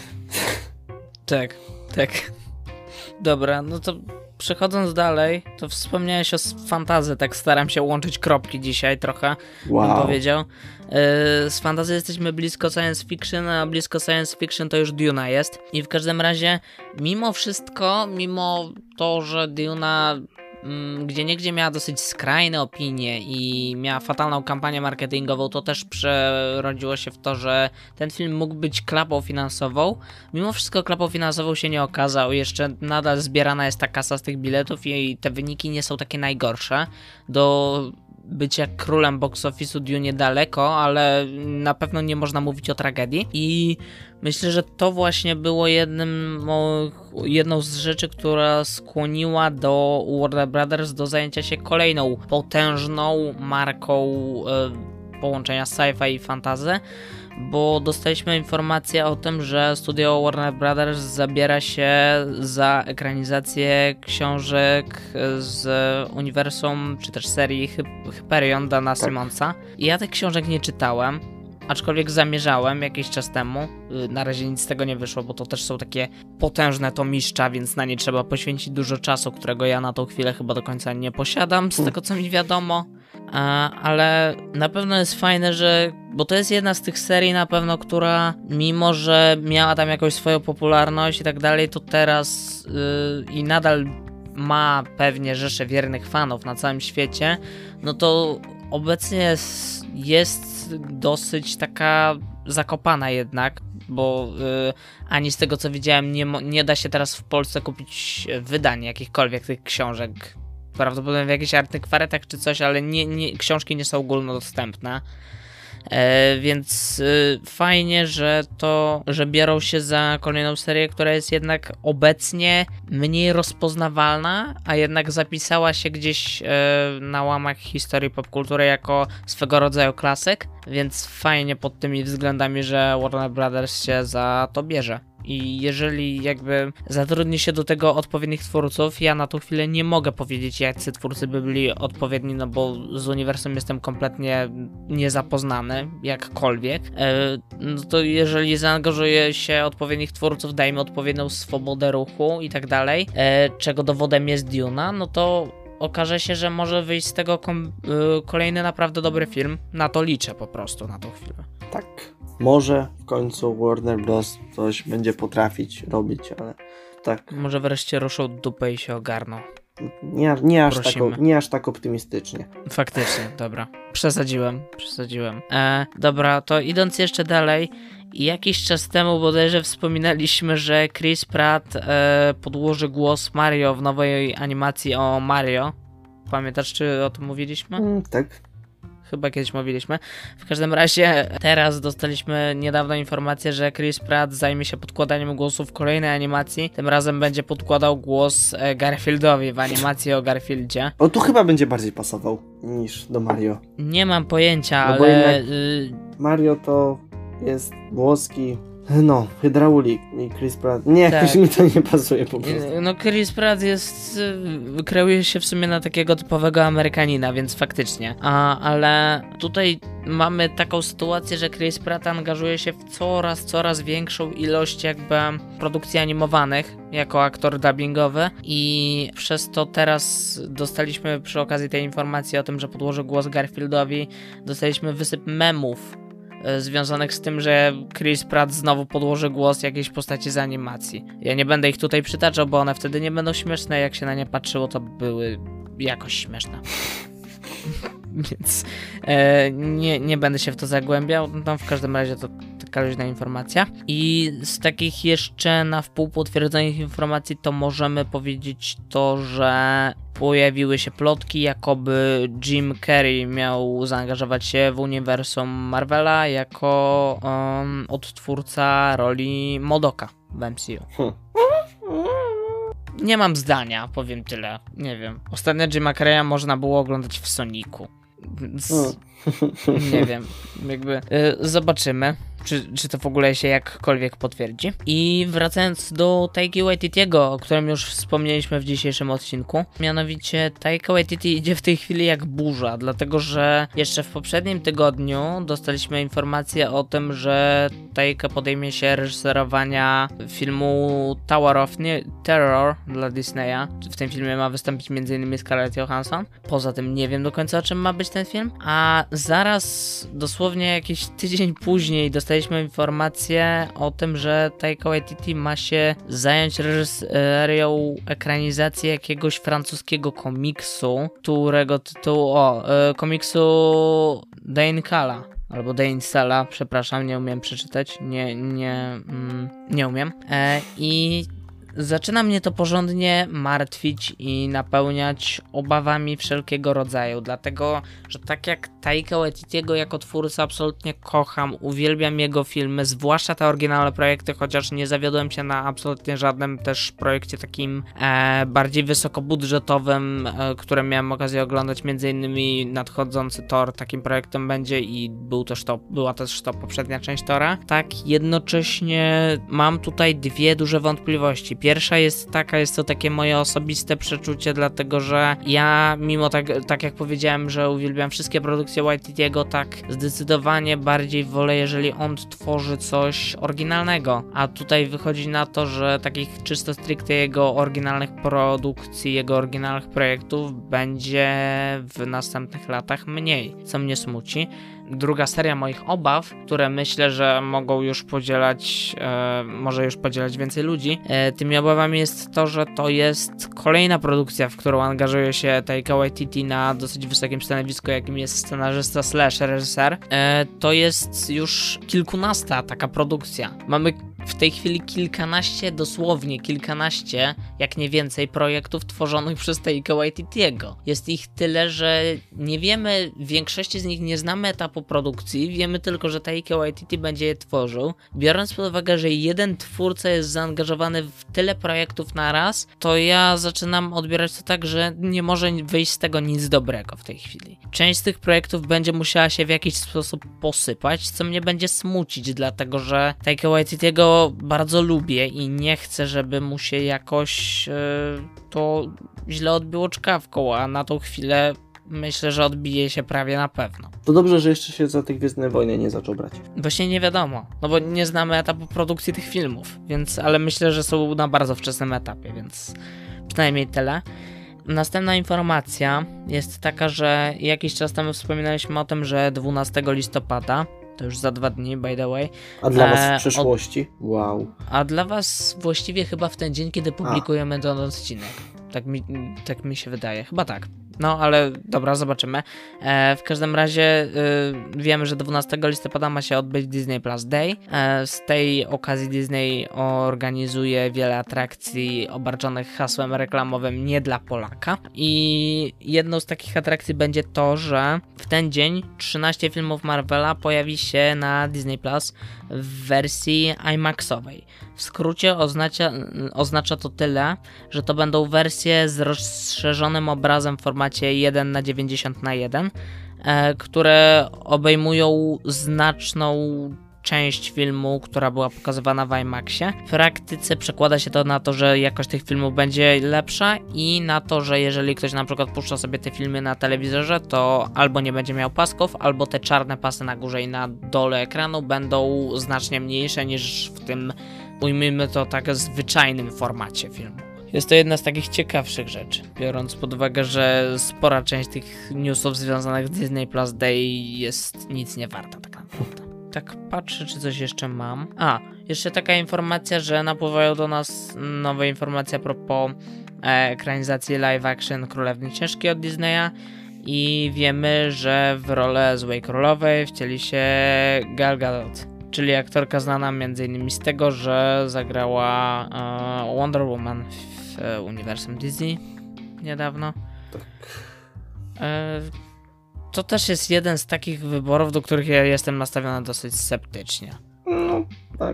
Tak. Dobra, no to przechodząc dalej, to wspomniałeś o fantasy, tak staram się łączyć kropki dzisiaj trochę, bym powiedział. Z fantasy jesteśmy blisko science fiction, a blisko science fiction to już Duna jest. I w każdym razie, mimo wszystko, mimo to, że Duna gdzieniegdzie miała dosyć skrajne opinie i miała fatalną kampanię marketingową, to też przerodziło się w to, że ten film mógł być klapą finansową. Mimo wszystko klapą finansową się nie okazał. Jeszcze nadal zbierana jest ta kasa z tych biletów i te wyniki nie są takie najgorsze. Do bycia królem box office'u Dune daleko, ale na pewno nie można mówić o tragedii i myślę, że to właśnie było jedną z rzeczy, która skłoniła do Warner Brothers do zajęcia się kolejną potężną marką połączenia sci-fi i fantasy, bo dostaliśmy informację o tym, że studio Warner Brothers zabiera się za ekranizację książek z uniwersum, czy też serii Hyperion Dana Simonsa. I ja tych książek nie czytałem, aczkolwiek zamierzałem jakiś czas temu. Na razie nic z tego nie wyszło, bo to też są takie potężne tomiszcza, więc na nie trzeba poświęcić dużo czasu, którego ja na tą chwilę chyba do końca nie posiadam, z tego co mi wiadomo. Ale na pewno jest fajne, bo to jest jedna z tych serii na pewno, która mimo, że miała tam jakąś swoją popularność i tak dalej, to teraz i nadal ma pewnie rzesze wiernych fanów na całym świecie, no to obecnie jest dosyć taka zakopana jednak, bo ani z tego co widziałem nie da się teraz w Polsce kupić wydań jakichkolwiek tych książek. Prawdopodobnie w jakichś antykwaretach czy coś, ale książki nie są ogólnodostępne. Więc fajnie, że biorą się za kolejną serię, która jest jednak obecnie mniej rozpoznawalna, a jednak zapisała się gdzieś na łamach historii popkultury jako swego rodzaju klasyk, więc fajnie pod tymi względami, że Warner Brothers się za to bierze. I jeżeli jakby zatrudni się do tego odpowiednich twórców, ja na tą chwilę nie mogę powiedzieć, jacy twórcy by byli odpowiedni, no bo z uniwersum jestem kompletnie niezapoznany, jakkolwiek. No to jeżeli zaangażuje się odpowiednich twórców, dajmy odpowiednią swobodę ruchu i tak dalej, czego dowodem jest Duna, no to okaże się, że może wyjść z tego kolejny naprawdę dobry film. Na to liczę po prostu na tą chwilę. Tak. Może w końcu Warner Bros. Coś będzie potrafić robić, ale tak. Może wreszcie ruszą dupę i się ogarną. Nie aż tak optymistycznie. Faktycznie, dobra. Przesadziłem. Dobra, to idąc jeszcze dalej, jakiś czas temu bodajże wspominaliśmy, że Chris Pratt podłoży głos Mario w nowej animacji o Mario. Pamiętasz, czy o tym mówiliśmy? Tak. Chyba kiedyś mówiliśmy. W każdym razie teraz dostaliśmy niedawno informację, że Chris Pratt zajmie się podkładaniem głosu w kolejnej animacji. Tym razem będzie podkładał głos Garfieldowi w animacji o Garfieldzie. O, tu chyba będzie bardziej pasował niż do Mario. Nie mam pojęcia, no ale... Mario to jest włoski... No, hydraulik i Chris Pratt. Nie, tak. Jakoś mi to nie pasuje po prostu. No Chris Pratt kreuje się w sumie na takiego typowego Amerykanina, więc faktycznie. Ale tutaj mamy taką sytuację, że Chris Pratt angażuje się w coraz większą ilość jakby produkcji animowanych jako aktor dubbingowy i przez to teraz dostaliśmy przy okazji tej informacji o tym, że podłoży głos Garfieldowi, dostaliśmy wysyp memów związanych z tym, że Chris Pratt znowu podłoży głos jakiejś postaci z animacji. Ja nie będę ich tutaj przytaczał, bo one wtedy nie będą śmieszne, jak się na nie patrzyło, to były jakoś śmieszne. Więc nie będę się w to zagłębiał, no w każdym razie to taka luźna informacja. I z takich jeszcze na wpół potwierdzonych informacji to możemy powiedzieć to, że pojawiły się plotki, jakoby Jim Carrey miał zaangażować się w uniwersum Marvela jako odtwórca roli MODOKa w MCU. Nie mam zdania, powiem tyle. Nie wiem. Ostatnio Jima Carreya można było oglądać w Sonicu. Nie wiem. Jakby zobaczymy, czy to w ogóle się jakkolwiek potwierdzi. I wracając do Taiki Waititiego, o którym już wspomnieliśmy w dzisiejszym odcinku. Mianowicie Taika Waititi idzie w tej chwili jak burza, dlatego że jeszcze w poprzednim tygodniu dostaliśmy informację o tym, że Taika podejmie się reżyserowania filmu Tower of Terror dla Disneya. W tym filmie ma wystąpić m.in. Scarlett Johansson. Poza tym nie wiem do końca, o czym ma być ten film. A zaraz, dosłownie jakiś tydzień później, dostaliśmy informację o tym, że Taika Waititi ma się zająć reżyserią ekranizacji jakiegoś francuskiego komiksu, którego tytuł komiksu Dane Kala. Albo Dane Sala, przepraszam, nie umiem przeczytać, nie umiem. I zaczyna mnie to porządnie martwić i napełniać obawami wszelkiego rodzaju, dlatego, że tak jak Taika Waititiego jako twórcę absolutnie kocham, uwielbiam jego filmy, zwłaszcza te oryginalne projekty, chociaż nie zawiodłem się na absolutnie żadnym też projekcie takim bardziej wysokobudżetowym, które miałem okazję oglądać, m.in. nadchodzący Thor takim projektem będzie i była też to poprzednia część Thora. Tak, jednocześnie mam tutaj dwie duże wątpliwości. Pierwsza jest to takie moje osobiste przeczucie, dlatego że ja mimo tak jak powiedziałem, że uwielbiam wszystkie produkcje Waititiego, tak zdecydowanie bardziej wolę, jeżeli on tworzy coś oryginalnego, a tutaj wychodzi na to, że takich czysto stricte jego oryginalnych produkcji, jego oryginalnych projektów będzie w następnych latach mniej, co mnie smuci. Druga seria moich obaw, które myślę, że mogą już może już podzielać więcej ludzi, tymi obawami jest to, że to jest kolejna produkcja, w którą angażuje się Taika Waititi na dosyć wysokim stanowisku, jakim jest scenarzysta / reżyser. To jest już kilkunasta taka produkcja. Mamy w tej chwili dosłownie kilkanaście, jak nie więcej, projektów tworzonych przez Taika Waititiego. Jest ich tyle, że nie wiemy, w większości z nich nie znamy etapu produkcji, wiemy tylko, że Taika Waititi będzie je tworzył. Biorąc pod uwagę, że jeden twórca jest zaangażowany w tyle projektów na raz, to ja zaczynam odbierać to tak, że nie może wyjść z tego nic dobrego w tej chwili. Część z tych projektów będzie musiała się w jakiś sposób posypać, co mnie będzie smucić, dlatego że Taika Waititiego bardzo lubię i nie chcę, żeby mu się jakoś to źle odbiło czkawką, a na tą chwilę myślę, że odbije się prawie na pewno. To dobrze, że jeszcze się za tych Gwiezdne Wojny nie zaczął brać. Właśnie nie wiadomo, no bo nie znamy etapu produkcji tych filmów, ale myślę, że są na bardzo wczesnym etapie, więc przynajmniej tyle. Następna informacja jest taka, że jakiś czas temu wspominaliśmy o tym, że 12 listopada, to już za 2 dni, by the way. A dla was w przyszłości? Wow. A dla was właściwie chyba w ten dzień, kiedy publikujemy ten odcinek. Tak mi się wydaje. Chyba tak. No, ale dobra, zobaczymy. W każdym razie wiemy, że 12 listopada ma się odbyć Disney Plus Day. Z tej okazji Disney organizuje wiele atrakcji obarczonych hasłem reklamowym nie dla Polaka. I jedną z takich atrakcji będzie to, że w ten dzień 13 filmów Marvela pojawi się na Disney Plus w wersji IMAX-owej. W skrócie oznacza to tyle, że to będą wersje z rozszerzonym obrazem w formacie 1:90:1, które obejmują znaczną część filmu, która była pokazywana w IMAXie. W praktyce przekłada się to na to, że jakość tych filmów będzie lepsza i na to, że jeżeli ktoś na przykład puszcza sobie te filmy na telewizorze, to albo nie będzie miał pasków, albo te czarne pasy na górze i na dole ekranu będą znacznie mniejsze niż w tym, ujmijmy to tak, zwyczajnym formacie filmu. Jest to jedna z takich ciekawszych rzeczy, biorąc pod uwagę, że spora część tych newsów związanych z Disney Plus Day jest nic nie warta tak naprawdę. Tak patrzę, czy coś jeszcze mam. Jeszcze taka informacja, że napływają do nas nowe informacje a propos ekranizacji live action Królewny Księżki od Disneya i wiemy, że w rolę Złej Królowej wcieli się Gal Gadot, czyli aktorka znana m.in. z tego, że zagrała Wonder Woman w uniwersum Disney niedawno. To też jest jeden z takich wyborów, do których ja jestem nastawiony dosyć sceptycznie. No, tak.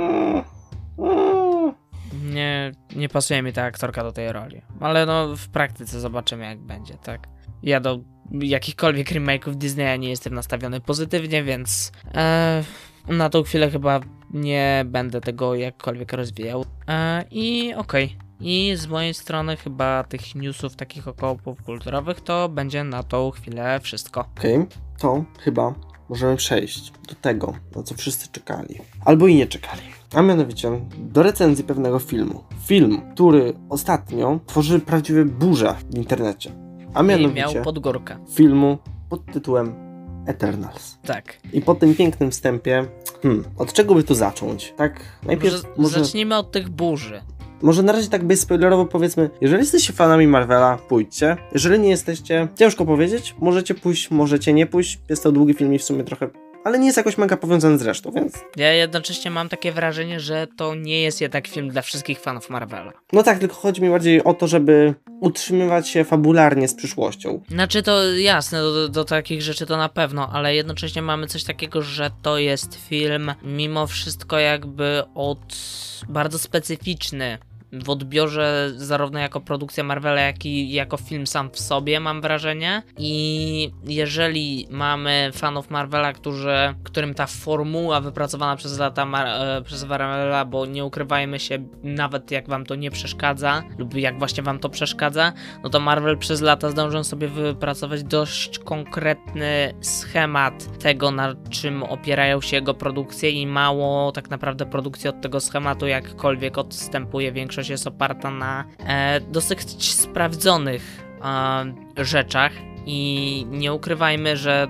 Nie pasuje mi ta aktorka do tej roli. Ale no w praktyce zobaczymy, jak będzie, tak? Ja do jakichkolwiek remake'ów Disneya nie jestem nastawiony pozytywnie, więc na tą chwilę chyba nie będę tego jakkolwiek rozwijał. I okej. I z mojej strony chyba tych newsów takich około popkulturowych to będzie na tą chwilę wszystko. Okej, to chyba możemy przejść do tego, na co wszyscy czekali. Albo i nie czekali. A mianowicie do recenzji pewnego filmu. Film, który ostatnio tworzy prawdziwe burze w internecie. A mianowicie miał podgórkę. Filmu pod tytułem Eternals. Tak. I po tym pięknym wstępie, od czego by tu zacząć? Tak, najpierw może zacznijmy od tych burzy. Może na razie tak bezspoilerowo powiedzmy, jeżeli jesteście fanami Marvela, pójdźcie. Jeżeli nie jesteście, ciężko powiedzieć, możecie pójść, możecie nie pójść. Jest to długi film i w sumie trochę ale nie jest jakoś mega powiązany z resztą, więc... Ja jednocześnie mam takie wrażenie, że to nie jest jednak film dla wszystkich fanów Marvela. No tak, tylko chodzi mi bardziej o to, żeby utrzymywać się fabularnie z przyszłością. Znaczy to jasne, do takich rzeczy to na pewno, ale jednocześnie mamy coś takiego, że to jest film mimo wszystko jakby bardzo specyficzny w odbiorze zarówno jako produkcja Marvela, jak i jako film sam w sobie, mam wrażenie. I jeżeli mamy fanów Marvela, którym ta formuła wypracowana przez lata przez Marvela, bo nie ukrywajmy się, nawet jak wam to nie przeszkadza, lub jak właśnie wam to przeszkadza, no to Marvel przez lata zdążył sobie wypracować dość konkretny schemat tego, na czym opierają się jego produkcje i mało tak naprawdę produkcji od tego schematu jakkolwiek odstępuje. Większość jest oparta na dosyć sprawdzonych rzeczach i nie ukrywajmy, że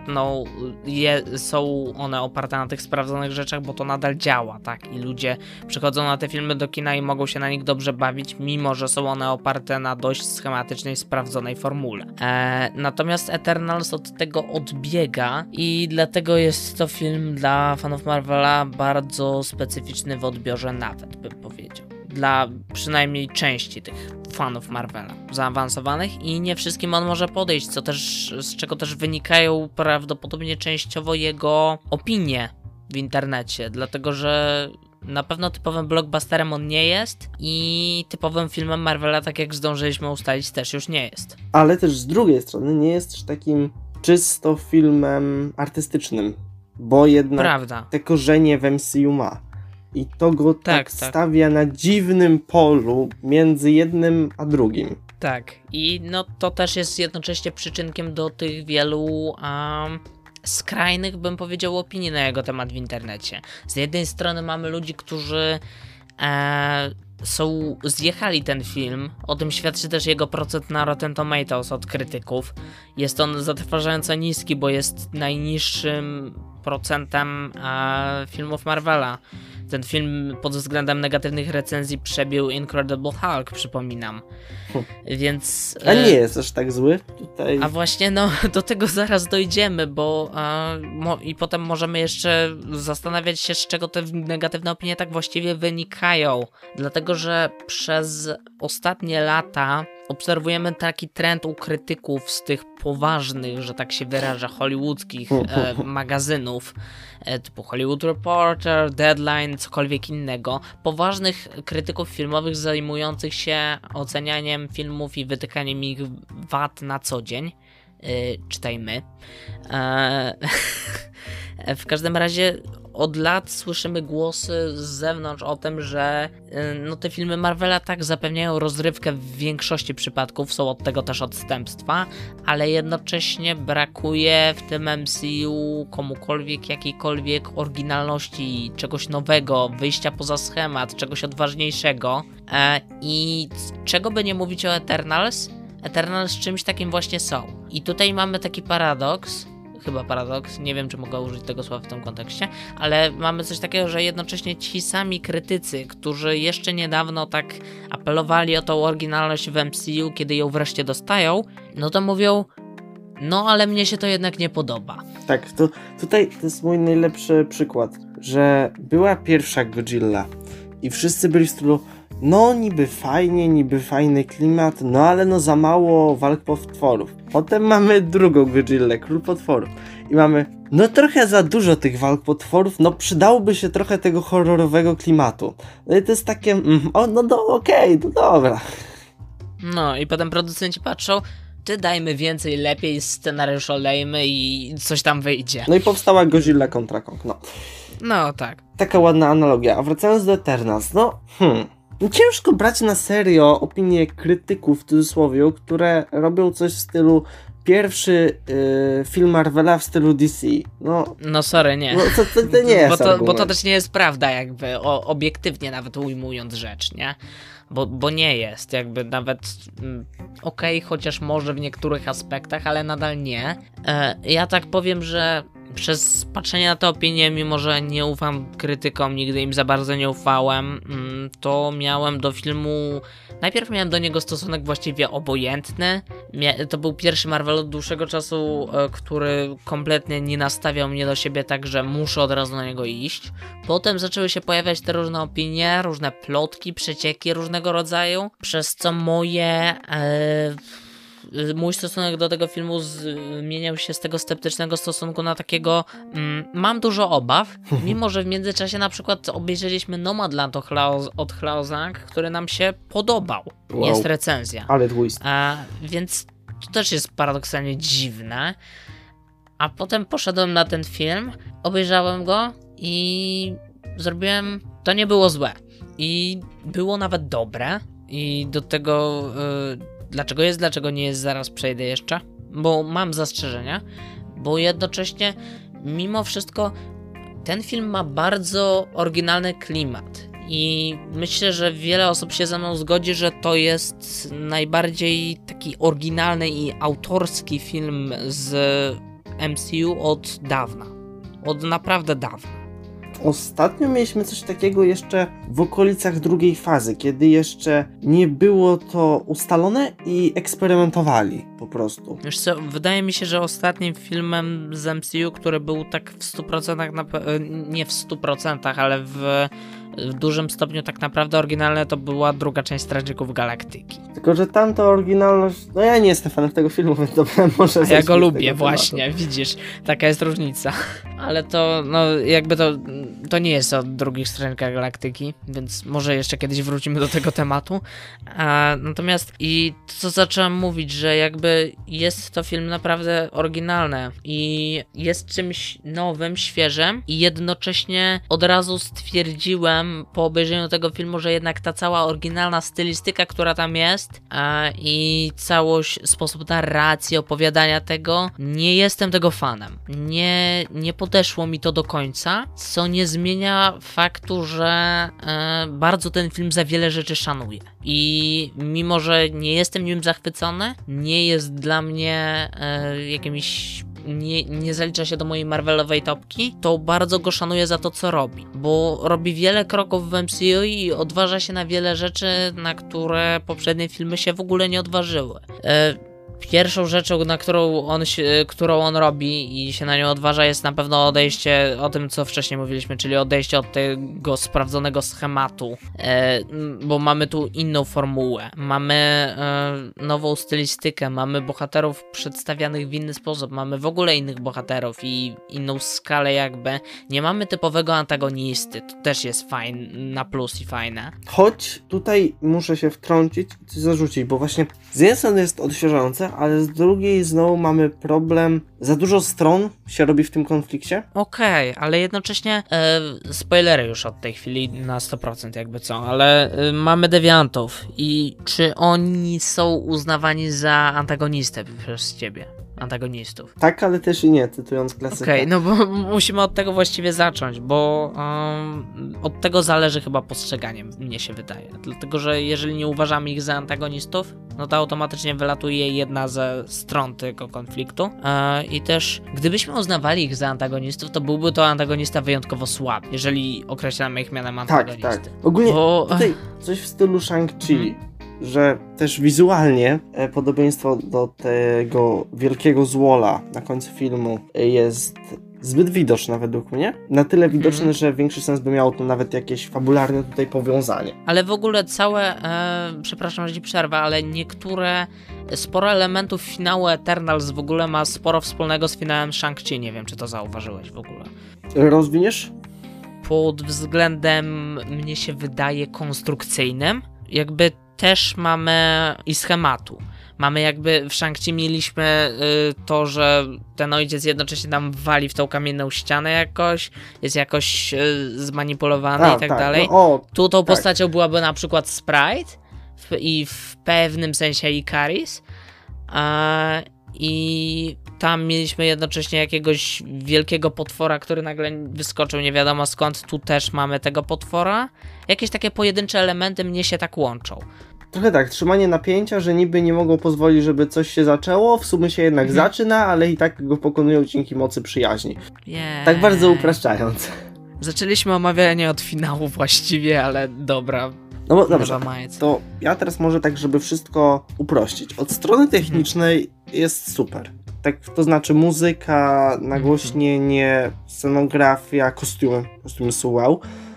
są one oparte na tych sprawdzonych rzeczach, bo to nadal działa, tak? I ludzie przychodzą na te filmy do kina i mogą się na nich dobrze bawić, mimo że są one oparte na dość schematycznej, sprawdzonej formule. Natomiast Eternals od tego odbiega i dlatego jest to film dla fanów Marvela bardzo specyficzny w odbiorze, nawet bym powiedział. Dla przynajmniej części tych fanów Marvela zaawansowanych i nie wszystkim on może podejść, z czego też wynikają prawdopodobnie częściowo jego opinie w internecie, dlatego że na pewno typowym blockbusterem on nie jest i typowym filmem Marvela, tak jak zdążyliśmy ustalić, też już nie jest. Ale też z drugiej strony nie jest też takim czysto filmem artystycznym, bo jednak te korzenie w MCU ma. I to go tak stawia na dziwnym polu między jednym a drugim. Tak, i no to też jest jednocześnie przyczynkiem do tych wielu skrajnych, bym powiedział, opinii na jego temat w internecie. Z jednej strony mamy ludzi, którzy zjechali ten film, o tym świadczy też jego procent na Rotten Tomatoes od krytyków. Jest on zatrważająco niski, bo jest najniższym procentem filmów Marvela. Ten film pod względem negatywnych recenzji przebił Incredible Hulk, przypominam. Więc... A nie jest aż tak zły tutaj. A właśnie, do tego zaraz dojdziemy, bo i potem możemy jeszcze zastanawiać się, z czego te negatywne opinie tak właściwie wynikają. Dlatego, że przez ostatnie lata obserwujemy taki trend u krytyków z tych poważnych, że tak się wyraża, hollywoodzkich magazynów, typu Hollywood Reporter, Deadline, cokolwiek innego. Poważnych krytyków filmowych zajmujących się ocenianiem filmów i wytykaniem ich wad na co dzień. Czytajmy. W każdym razie od lat słyszymy głosy z zewnątrz o tym, że te filmy Marvela tak zapewniają rozrywkę w większości przypadków, są od tego też odstępstwa, ale jednocześnie brakuje w tym MCU komukolwiek jakiejkolwiek oryginalności, czegoś nowego, wyjścia poza schemat, czegoś odważniejszego i czego by nie mówić o Eternals czymś takim właśnie są. I tutaj mamy taki paradoks, nie wiem, czy mogę użyć tego słowa w tym kontekście, ale mamy coś takiego, że jednocześnie ci sami krytycy, którzy jeszcze niedawno tak apelowali o tą oryginalność w MCU, kiedy ją wreszcie dostają, to mówią, ale mnie się to jednak nie podoba. Tak, tutaj to jest mój najlepszy przykład, że była pierwsza Godzilla i wszyscy byli w stylu, niby fajnie, niby fajny klimat, ale za mało walk potworów. Potem mamy drugą Godzillę, Król Potworów. I mamy, trochę za dużo tych walk potworów, przydałoby się trochę tego horrorowego klimatu. No i to jest takie, okej, dobra. I potem producenci patrzą, ty dajmy więcej, lepiej, scenariusz olejmy i coś tam wyjdzie. I powstała Godzilla kontra Kong, tak. Taka ładna analogia. A wracając do Eternals, ciężko brać na serio opinie krytyków, w cudzysłowie, które robią coś w stylu pierwszy film Marvela w stylu DC. Sorry, nie. To nie jest bo to też nie jest prawda, jakby obiektywnie nawet ujmując rzecz, nie? Bo nie jest, jakby nawet okej, chociaż może w niektórych aspektach, ale nadal nie. Ja tak powiem, że przez patrzenie na te opinie, mimo że nie ufam krytykom, nigdy im za bardzo nie ufałem, to miałem do filmu... Najpierw miałem do niego stosunek właściwie obojętny. To był pierwszy Marvel od dłuższego czasu, który kompletnie nie nastawiał mnie do siebie tak, że muszę od razu na niego iść. Potem zaczęły się pojawiać te różne opinie, różne plotki, przecieki różnego rodzaju, przez co mój stosunek do tego filmu zmieniał się z tego sceptycznego stosunku na takiego mam dużo obaw, mimo że w międzyczasie na przykład obejrzeliśmy Nomadland od Hlaozang, który nam się podobał. Wow. Jest recenzja. Ale twist. Więc to też jest paradoksalnie dziwne. A potem poszedłem na ten film, obejrzałem go i zrobiłem... To nie było złe. I było nawet dobre. I do tego... Dlaczego nie jest, zaraz przejdę jeszcze, bo mam zastrzeżenia, bo jednocześnie mimo wszystko ten film ma bardzo oryginalny klimat i myślę, że wiele osób się ze mną zgodzi, że to jest najbardziej taki oryginalny i autorski film z MCU od dawna, od naprawdę dawna. Ostatnio mieliśmy coś takiego jeszcze w okolicach drugiej fazy, kiedy jeszcze nie było to ustalone i eksperymentowali po prostu. Wiesz co, wydaje mi się, że ostatnim filmem z MCU, który był tak w 100%, nie w 100%, ale w dużym stopniu tak naprawdę oryginalne, to była druga część Strażników Galaktyki. Tylko że tamta oryginalność... No ja nie jestem fanem tego filmu, więc dobra, może... Ja go lubię właśnie, widzisz, taka jest różnica. Ale to, no jakby to nie jest o drugich Strażnikach Galaktyki, więc może jeszcze kiedyś wrócimy do tego tematu. Natomiast i to, co zacząłem mówić, że jakby jest to film naprawdę oryginalny i jest czymś nowym, świeżym i jednocześnie od razu stwierdziłem po obejrzeniu tego filmu, że jednak ta cała oryginalna stylistyka, która tam jest i całość, sposób narracji, opowiadania tego, nie jestem tego fanem. Nie podeszło mi to do końca, co nie zmienia faktu, że bardzo ten film za wiele rzeczy szanuje. I mimo, że nie jestem nim zachwycony, nie jest dla mnie jakimś... Nie zalicza się do mojej Marvelowej topki, to bardzo go szanuję za to, co robi. Bo robi wiele kroków w MCU i odważa się na wiele rzeczy, na które poprzednie filmy się w ogóle nie odważyły. Pierwszą rzeczą, którą on robi i się na nią odważa, jest na pewno odejście o tym, co wcześniej mówiliśmy, czyli odejście od tego sprawdzonego schematu, bo mamy tu inną formułę, mamy nową stylistykę, mamy bohaterów przedstawianych w inny sposób, mamy w ogóle innych bohaterów i inną skalę jakby, nie mamy typowego antagonisty, to też jest fajne, na plus i fajne. Choć tutaj muszę się wtrącić i coś zarzucić, bo właśnie z jednej strony jest odświeżające, ale z drugiej znowu mamy problem, za dużo stron się robi w tym konflikcie. Okej, ale jednocześnie spoilery już od tej chwili na 100% jakby co, ale mamy dewiantów i czy oni są uznawani za antagonistę przez ciebie? Antagonistów. Tak, ale też i nie, cytując klasykę. Okej, no bo musimy od tego właściwie zacząć, bo od tego zależy chyba postrzeganie, mnie się wydaje. Dlatego, że jeżeli nie uważamy ich za antagonistów, no to automatycznie wylatuje jedna ze stron tego konfliktu. I też, gdybyśmy uznawali ich za antagonistów, to byłby to antagonista wyjątkowo słaby, jeżeli określamy ich mianem antagonisty. Tak. Ogólnie tutaj coś w stylu Shang-Chi. Że też wizualnie podobieństwo do tego wielkiego złola na końcu filmu jest zbyt widoczne według mnie. Na tyle widoczne, że większy sens by miało to nawet jakieś fabularne tutaj powiązanie. Ale w ogóle całe, przepraszam, że ci przerwę, ale sporo elementów finału Eternals w ogóle ma sporo wspólnego z finałem Shang-Chi. Nie wiem, czy to zauważyłeś w ogóle. Rozwiniesz? Pod względem, mnie się wydaje, konstrukcyjnym. Jakby też mamy i schematu. Mamy jakby w Shang-Chi mieliśmy to, że ten ojciec jednocześnie tam wali w tą kamienną ścianę jakoś, jest jakoś zmanipulowany i tak dalej. No, tu tą postacią byłaby na przykład Sprite i w pewnym sensie Ikaris. I tam mieliśmy jednocześnie jakiegoś wielkiego potwora, który nagle wyskoczył nie wiadomo skąd. Tu też mamy tego potwora. Jakieś takie pojedyncze elementy mnie się tak łączą. Trochę tak, trzymanie napięcia, że niby nie mogą pozwolić, żeby coś się zaczęło, w sumie się jednak zaczyna, ale i tak go pokonują dzięki mocy przyjaźni. Tak bardzo upraszczając. Zaczęliśmy omawianie od finału właściwie, ale dobra. No bo dobrze, to ja teraz może tak, żeby wszystko uprościć. Od strony technicznej jest super. Tak, to znaczy muzyka, nagłośnienie, scenografia, kostiumy. Kostiumy są wow.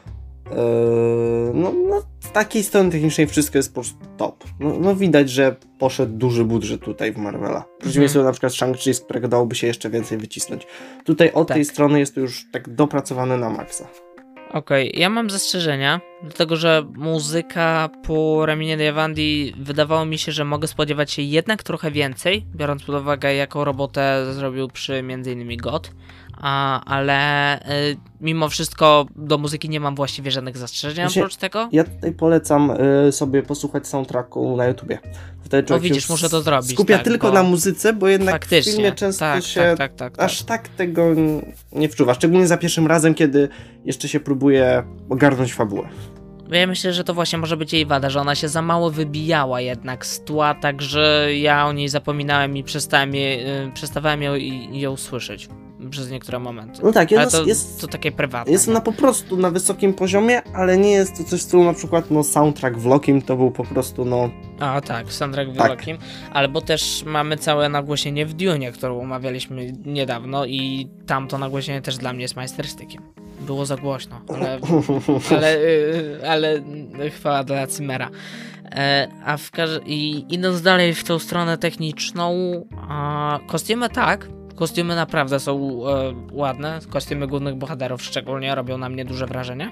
No, z takiej strony technicznej wszystko jest po prostu top. No widać, że poszedł duży budżet tutaj w Marvela. W przeciwieństwie do na przykład Shang-Chi, z którego dałoby się jeszcze więcej wycisnąć. Tutaj od tej strony jest to już tak dopracowane na maksa. Okej, ja mam zastrzeżenia, dlatego że muzyka po Ramienie Djawadi wydawało mi się, że mogę spodziewać się jednak trochę więcej, biorąc pod uwagę jaką robotę zrobił przy m.in. God, ale mimo wszystko do muzyki nie mam właściwie żadnych zastrzeżeń oprócz tego. Ja tutaj polecam sobie posłuchać soundtracku na YouTubie. No widzisz, muszę to zrobić. Skupia tylko na muzyce, bo jednak faktycznie, w filmie często się aż tak tego nie wczuwa. Szczególnie za pierwszym razem, kiedy jeszcze się próbuje ogarnąć fabułę. Ja myślę, że to właśnie może być jej wada, że ona się za mało wybijała jednak z tła, także ja o niej zapominałem i przestawałem ją słyszeć przez niektóre momenty. No tak, ale to takie prywatne. Jest ona po prostu na wysokim poziomie, ale nie jest to coś w stylu na przykład soundtrack w Lokim to był po prostu A tak, soundtrack w Lokim, albo też mamy całe nagłośnienie w Dune, którą omawialiśmy niedawno i tamto nagłośnienie też dla mnie jest majstersztykiem. Było za głośno, ale chwała dla Zimmera. I idąc dalej w tą stronę techniczną, kostiumy kostiumy naprawdę są ładne, kostiumy głównych bohaterów szczególnie robią na mnie duże wrażenie.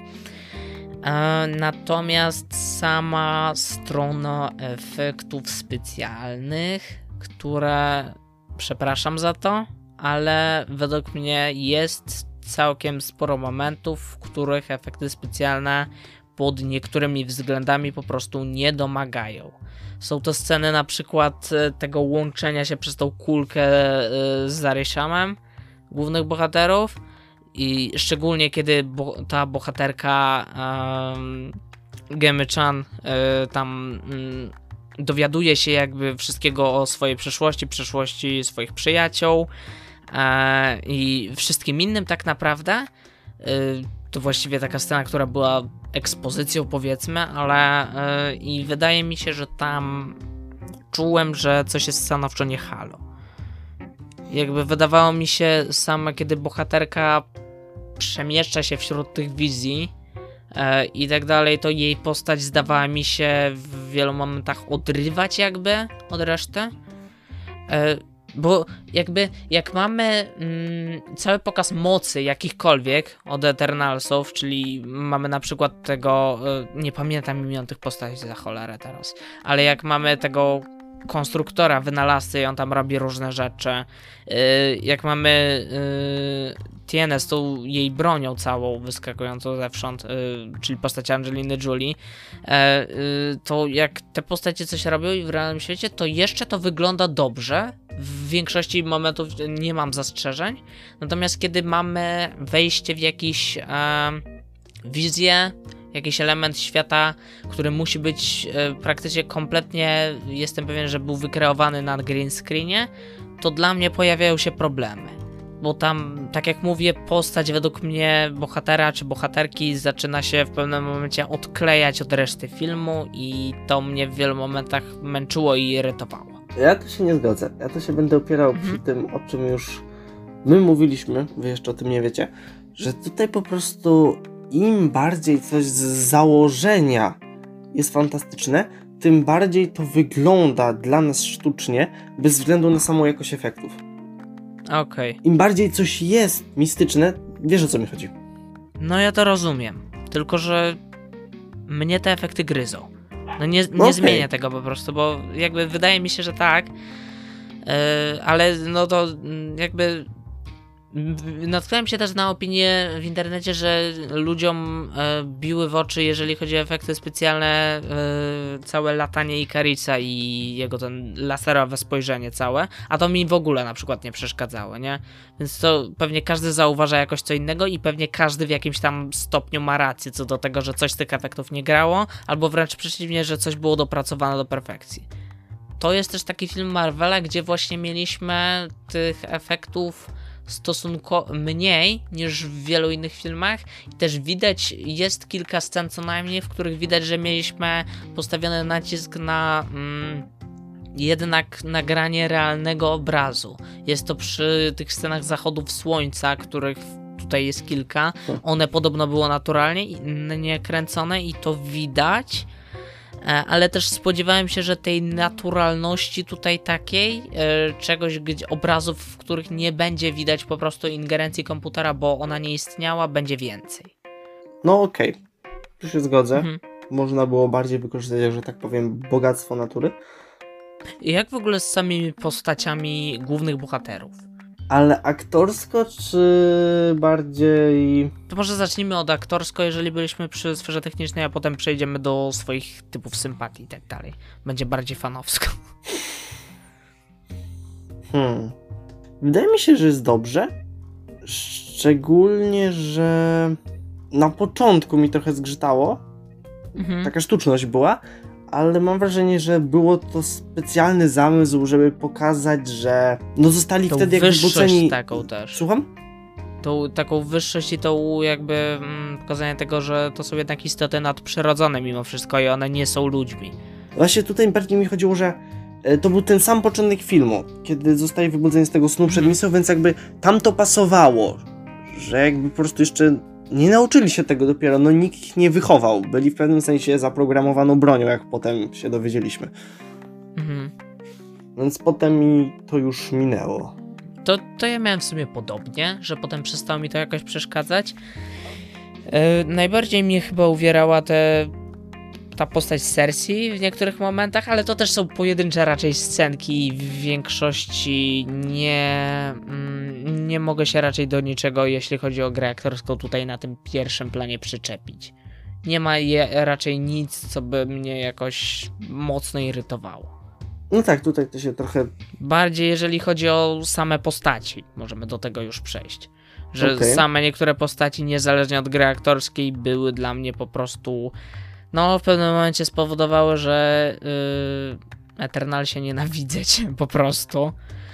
Natomiast sama strona efektów specjalnych, które, przepraszam za to, ale według mnie jest całkiem sporo momentów, w których efekty specjalne pod niektórymi względami po prostu nie domagają. Są to sceny na przykład tego łączenia się przez tą kulkę z Zarishamem głównych bohaterów i szczególnie kiedy ta bohaterka Gemy-chan tam dowiaduje się jakby wszystkiego o swojej przeszłości swoich przyjaciół i wszystkim innym tak naprawdę. To właściwie taka scena, która była ekspozycją powiedzmy, ale i wydaje mi się, że tam czułem, że coś jest stanowczo nie halo. Jakby wydawało mi się same, kiedy bohaterka przemieszcza się wśród tych wizji i tak dalej, to jej postać zdawała mi się w wielu momentach odrywać jakby od reszty. Bo jakby jak mamy cały pokaz mocy jakichkolwiek od Eternalsów, czyli mamy na przykład tego, nie pamiętam imion tych postaci za cholerę teraz, ale jak mamy tego konstruktora, wynalazcy i on tam robi różne rzeczy, jak mamy Tienę z tą jej bronią całą wyskakującą zewsząd, czyli postać Angeliny Jolie, to jak te postacie coś robią i w realnym świecie, to jeszcze to wygląda dobrze. W większości momentów nie mam zastrzeżeń, natomiast kiedy mamy wejście w jakieś wizję, jakiś element świata, który musi być praktycznie kompletnie, jestem pewien, że był wykreowany na green screenie, to dla mnie pojawiają się problemy. Bo tam, tak jak mówię, postać według mnie bohatera czy bohaterki zaczyna się w pewnym momencie odklejać od reszty filmu i to mnie w wielu momentach męczyło i irytowało. Ja tu się nie zgodzę. Ja to się będę opierał przy tym, o czym już my mówiliśmy, wy jeszcze o tym nie wiecie, że tutaj po prostu im bardziej coś z założenia jest fantastyczne, tym bardziej to wygląda dla nas sztucznie, bez względu na samą jakość efektów. Okej. Im bardziej coś jest mistyczne, wiesz o co mi chodzi. No ja to rozumiem, tylko że mnie te efekty gryzą. No nie zmienię tego po prostu, bo jakby wydaje mi się, że tak, ale no to jakby Natknąłem się też na opinię w internecie, że ludziom biły w oczy, jeżeli chodzi o efekty specjalne, całe latanie Ikarisa i jego ten laserowe spojrzenie całe, a to mi w ogóle na przykład nie przeszkadzało, nie? Więc to pewnie każdy zauważa jakoś co innego i pewnie każdy w jakimś tam stopniu ma rację co do tego, że coś z tych efektów nie grało, albo wręcz przeciwnie, że coś było dopracowane do perfekcji. To jest też taki film Marvela, gdzie właśnie mieliśmy tych efektów stosunkowo mniej niż w wielu innych filmach i też widać, jest kilka scen co najmniej, w których widać, że mieliśmy postawiony nacisk na jednak nagranie realnego obrazu. Jest to przy tych scenach zachodów słońca, których tutaj jest kilka. One podobno było naturalnie nie kręcone i to widać. Ale też spodziewałem się, że tej naturalności tutaj takiej, czegoś, obrazów, w których nie będzie widać po prostu ingerencji komputera, bo ona nie istniała, będzie więcej. No okej, tu się zgodzę. Można było bardziej wykorzystać, że tak powiem, bogactwo natury. Jak w ogóle z samymi postaciami głównych bohaterów? Ale aktorsko, czy bardziej... To może zacznijmy od aktorsko, jeżeli byliśmy przy sferze technicznej, a potem przejdziemy do swoich typów sympatii i tak dalej. Będzie bardziej fanowsko. Wydaje mi się, że jest dobrze. Szczególnie, że na początku mi trochę zgrzytało. Taka sztuczność była. Ale mam wrażenie, że było to specjalny zamysł, żeby pokazać, że no zostali tą wtedy jakby wzbudzeni... taką też. Słucham? Tą taką wyższość i tą jakby pokazanie tego, że to są jednak istoty nadprzyrodzone mimo wszystko i one nie są ludźmi. Właśnie tutaj bardziej mi chodziło, że to był ten sam początek filmu, kiedy zostali wybudzeni z tego snu przedmysłu, więc jakby tam to pasowało, że jakby po prostu jeszcze nie nauczyli się tego dopiero, no nikt ich nie wychował. Byli w pewnym sensie zaprogramowaną bronią, jak potem się dowiedzieliśmy. Więc potem mi to już minęło. To ja miałem w sumie podobnie, że potem przestało mi to jakoś przeszkadzać. Najbardziej mnie chyba uwierała ta postać Cersei w niektórych momentach, ale to też są pojedyncze raczej scenki i w większości nie mogę się raczej do niczego, jeśli chodzi o grę aktorską, tutaj na tym pierwszym planie przyczepić. Nie ma raczej nic, co by mnie jakoś mocno irytowało. No tak, tutaj to się trochę... Bardziej jeżeli chodzi o same postaci, możemy do tego już przejść. Że same niektóre postaci, niezależnie od gry aktorskiej, były dla mnie po prostu... No, w pewnym momencie spowodowały, że Eternal się nienawidzę cię, po prostu.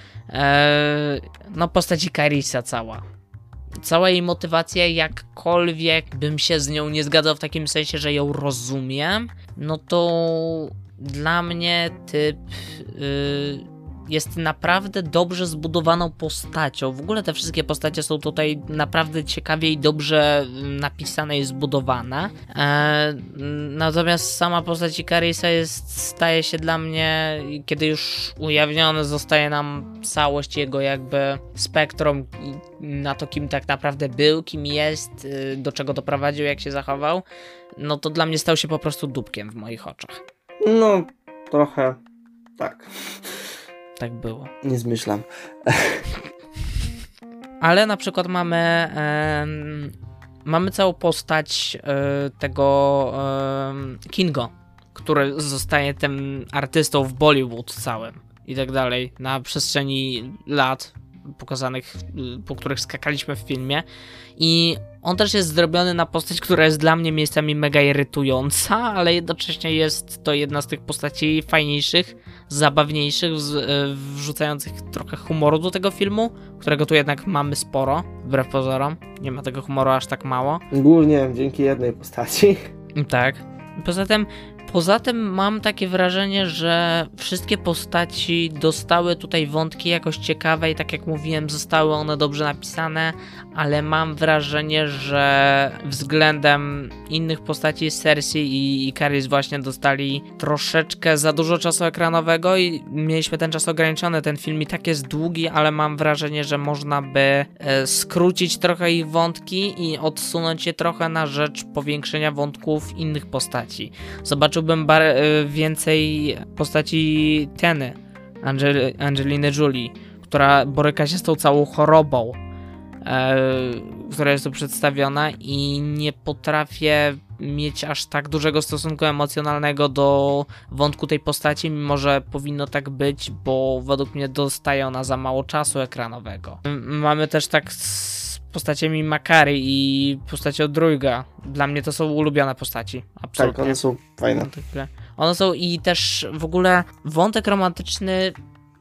No, postać Ikarisa cała jej motywacja, jakkolwiek bym się z nią nie zgadzał w takim sensie, że ją rozumiem, no to dla mnie typ jest naprawdę dobrze zbudowaną postacią. W ogóle te wszystkie postacie są tutaj naprawdę ciekawie i dobrze napisane i zbudowane. Natomiast sama postać Ikarisa staje się dla mnie, kiedy już ujawnione zostaje nam całość jego jakby spektrum na to, kim tak naprawdę był, kim jest, do czego doprowadził, jak się zachował, no to dla mnie stał się po prostu dupkiem w moich oczach. No, trochę tak. Tak było. Nie zmyślam. Ale na przykład mamy całą postać tego Kingo, który zostaje tym artystą w Bollywood całym i tak dalej na przestrzeni lat pokazanych, po których skakaliśmy w filmie i on też jest zrobiony na postać, która jest dla mnie miejscami mega irytująca, ale jednocześnie jest to jedna z tych postaci fajniejszych, zabawniejszych, wrzucających trochę humoru do tego filmu, którego tu jednak mamy sporo, wbrew pozorom. Nie ma tego humoru aż tak mało. Głównie dzięki jednej postaci. Tak. Poza tym mam takie wrażenie, że wszystkie postaci dostały tutaj wątki jakoś ciekawe i tak jak mówiłem, zostały one dobrze napisane, ale mam wrażenie, że względem innych postaci Cersei i Ikaris właśnie dostali troszeczkę za dużo czasu ekranowego i mieliśmy ten czas ograniczony. Ten film i tak jest długi, ale mam wrażenie, że można by skrócić trochę ich wątki i odsunąć je trochę na rzecz powiększenia wątków innych postaci. Zobaczyłbym więcej postaci Teny, Angeliny Jolie, która boryka się z tą całą chorobą która jest tu przedstawiona i nie potrafię mieć aż tak dużego stosunku emocjonalnego do wątku tej postaci, mimo że powinno tak być, bo według mnie dostaje ona za mało czasu ekranowego. Mamy też tak z postaciami Makary i postacią Druiga. Dla mnie to są ulubione postaci. Absolutnie. Tak, one są fajne. One są i też w ogóle wątek romantyczny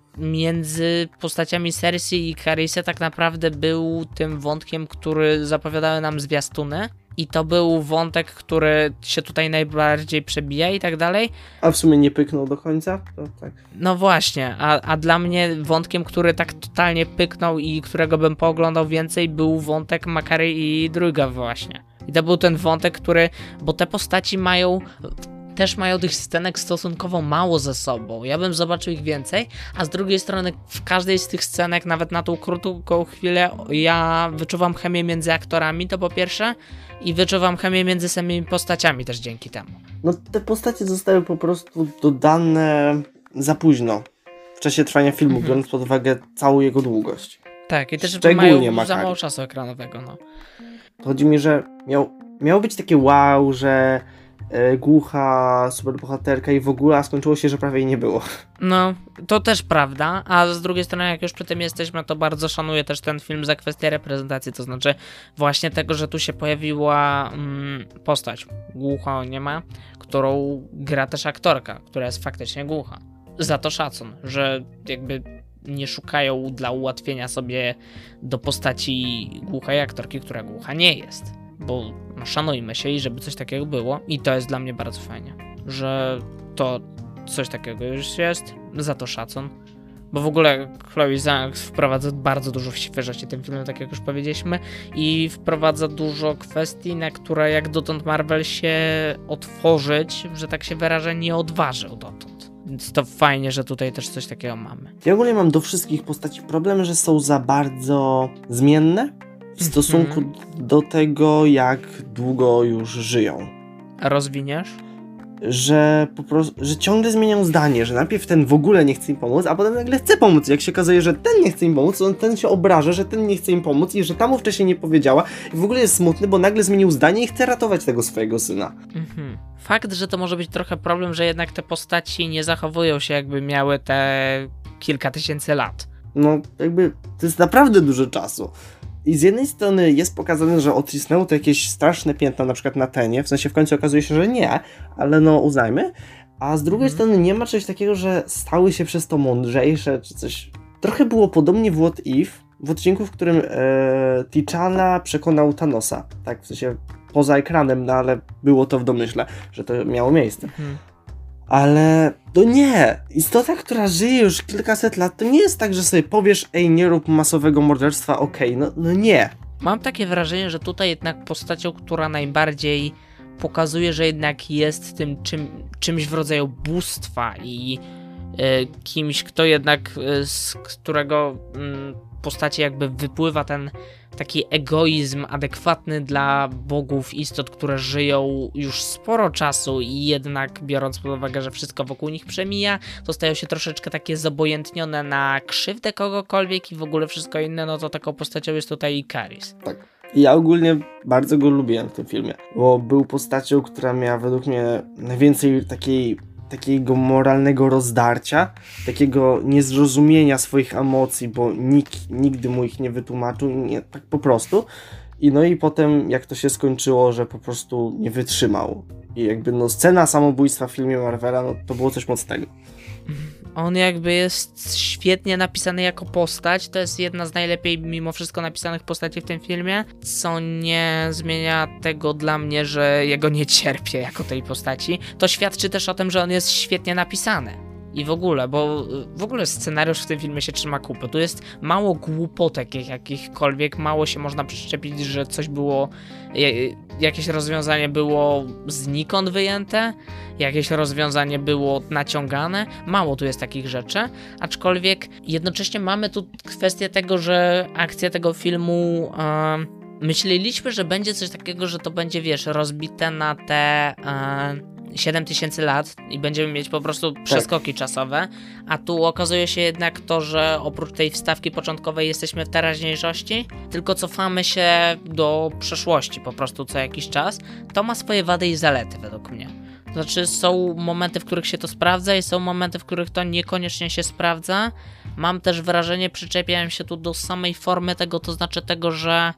między postaciami Cersei i Khaleesi tak naprawdę był tym wątkiem, który zapowiadały nam zwiastuny. I to był wątek, który się tutaj najbardziej przebija i tak dalej. A w sumie nie pyknął do końca? To tak. No właśnie, a dla mnie wątkiem, który tak totalnie pyknął i którego bym pooglądał więcej, był wątek Makary i Druiga właśnie. I to był ten wątek, który, bo te postaci też mają tych scenek stosunkowo mało ze sobą. Ja bym zobaczył ich więcej, a z drugiej strony w każdej z tych scenek, nawet na tą krótką chwilę, ja wyczuwam chemię między aktorami, to po pierwsze, i wyczuwam chemię między samymi postaciami też dzięki temu. No te postacie zostały po prostu dodane za późno w czasie trwania filmu, biorąc pod uwagę całą jego długość. Tak, i też Szczególnie mają za mało czasu ekranowego, no. Chodzi mi, że miało być takie wow, że głucha superbohaterka i w ogóle, a skończyło się, że prawie jej nie było. No, to też prawda, a z drugiej strony jak już przy tym jesteśmy, to bardzo szanuję też ten film za kwestię reprezentacji, to znaczy właśnie tego, że tu się pojawiła postać głucha nie ma, którą gra też aktorka, która jest faktycznie głucha. Za to szacun, że jakby nie szukają dla ułatwienia sobie do postaci głuchej aktorki, która głucha nie jest. Bo no, szanujmy się i żeby coś takiego było i to jest dla mnie bardzo fajnie, że to coś takiego już jest, za to szacun, bo w ogóle Chloe Zhang wprowadza bardzo dużo świeżości tym filmem, tak jak już powiedzieliśmy, i wprowadza dużo kwestii, na które jak dotąd Marvel się otworzyć, że tak się wyrażę, nie odważył dotąd. Więc to fajnie, że tutaj też coś takiego mamy. Ja ogólnie mam do wszystkich postaci problem, że są za bardzo zmienne w stosunku do tego, jak długo już żyją. A rozwiniesz? Że po prostu, że ciągle zmieniają zdanie, że najpierw ten w ogóle nie chce im pomóc, a potem nagle chce pomóc. Jak się okazuje, że ten nie chce im pomóc, to ten się obraża, że ten nie chce im pomóc i że ta mu wcześniej nie powiedziała i w ogóle jest smutny, bo nagle zmienił zdanie i chce ratować tego swojego syna. Fakt, że to może być trochę problem, że jednak te postaci nie zachowują się jakby miały te kilka tysięcy lat. No jakby to jest naprawdę dużo czasu. I z jednej strony jest pokazane, że odcisnęło to jakieś straszne piętno, na przykład na Tenie, w sensie w końcu okazuje się, że nie, ale no uznajmy, a z drugiej strony nie ma czegoś takiego, że stały się przez to mądrzejsze, czy coś. Trochę było podobnie w What If, w odcinku, w którym T'Challa przekonał Thanosa, tak, w sensie poza ekranem, no ale było to w domyśle, że to miało miejsce. Ale to nie! Istota, która żyje już kilkaset lat, to nie jest tak, że sobie powiesz, ej, nie rób masowego morderstwa, okej, no nie. Mam takie wrażenie, że tutaj jednak postacią, która najbardziej pokazuje, że jednak jest tym czymś w rodzaju bóstwa i kimś, kto jednak, z którego postaci jakby wypływa ten taki egoizm adekwatny dla bogów, istot, które żyją już sporo czasu i jednak biorąc pod uwagę, że wszystko wokół nich przemija, to stają się troszeczkę takie zobojętnione na krzywdę kogokolwiek i w ogóle wszystko inne, no to taką postacią jest tutaj Ikaris. Tak. Ja ogólnie bardzo go lubiłem w tym filmie, bo był postacią, która miała według mnie najwięcej takiego moralnego rozdarcia, takiego niezrozumienia swoich emocji, bo nikt nigdy mu ich nie wytłumaczył, nie, tak po prostu. I potem jak to się skończyło, że po prostu nie wytrzymał. I jakby no scena samobójstwa w filmie Marvela, no to było coś mocnego. On jakby jest świetnie napisany jako postać, to jest jedna z najlepiej mimo wszystko napisanych postaci w tym filmie, co nie zmienia tego dla mnie, że ja go nie cierpię jako tej postaci. To świadczy też o tym, że on jest świetnie napisany. I w ogóle, bo w ogóle scenariusz w tym filmie się trzyma kupy. Tu jest mało głupotek jakichkolwiek, mało się można przyczepić, że coś było, jakieś rozwiązanie było znikąd wyjęte, jakieś rozwiązanie było naciągane. Mało tu jest takich rzeczy, aczkolwiek jednocześnie mamy tu kwestię tego, że akcja tego filmu... myśleliśmy, że będzie coś takiego, że to będzie, wiesz, rozbite na te 7000 lat i będziemy mieć po prostu przeskoki czasowe, a tu okazuje się jednak to, że oprócz tej wstawki początkowej jesteśmy w teraźniejszości, tylko cofamy się do przeszłości po prostu co jakiś czas. To ma swoje wady i zalety według mnie. To znaczy są momenty, w których się to sprawdza i są momenty, w których to niekoniecznie się sprawdza. Mam też wrażenie, przyczepiałem się tu do samej formy tego, to znaczy tego, że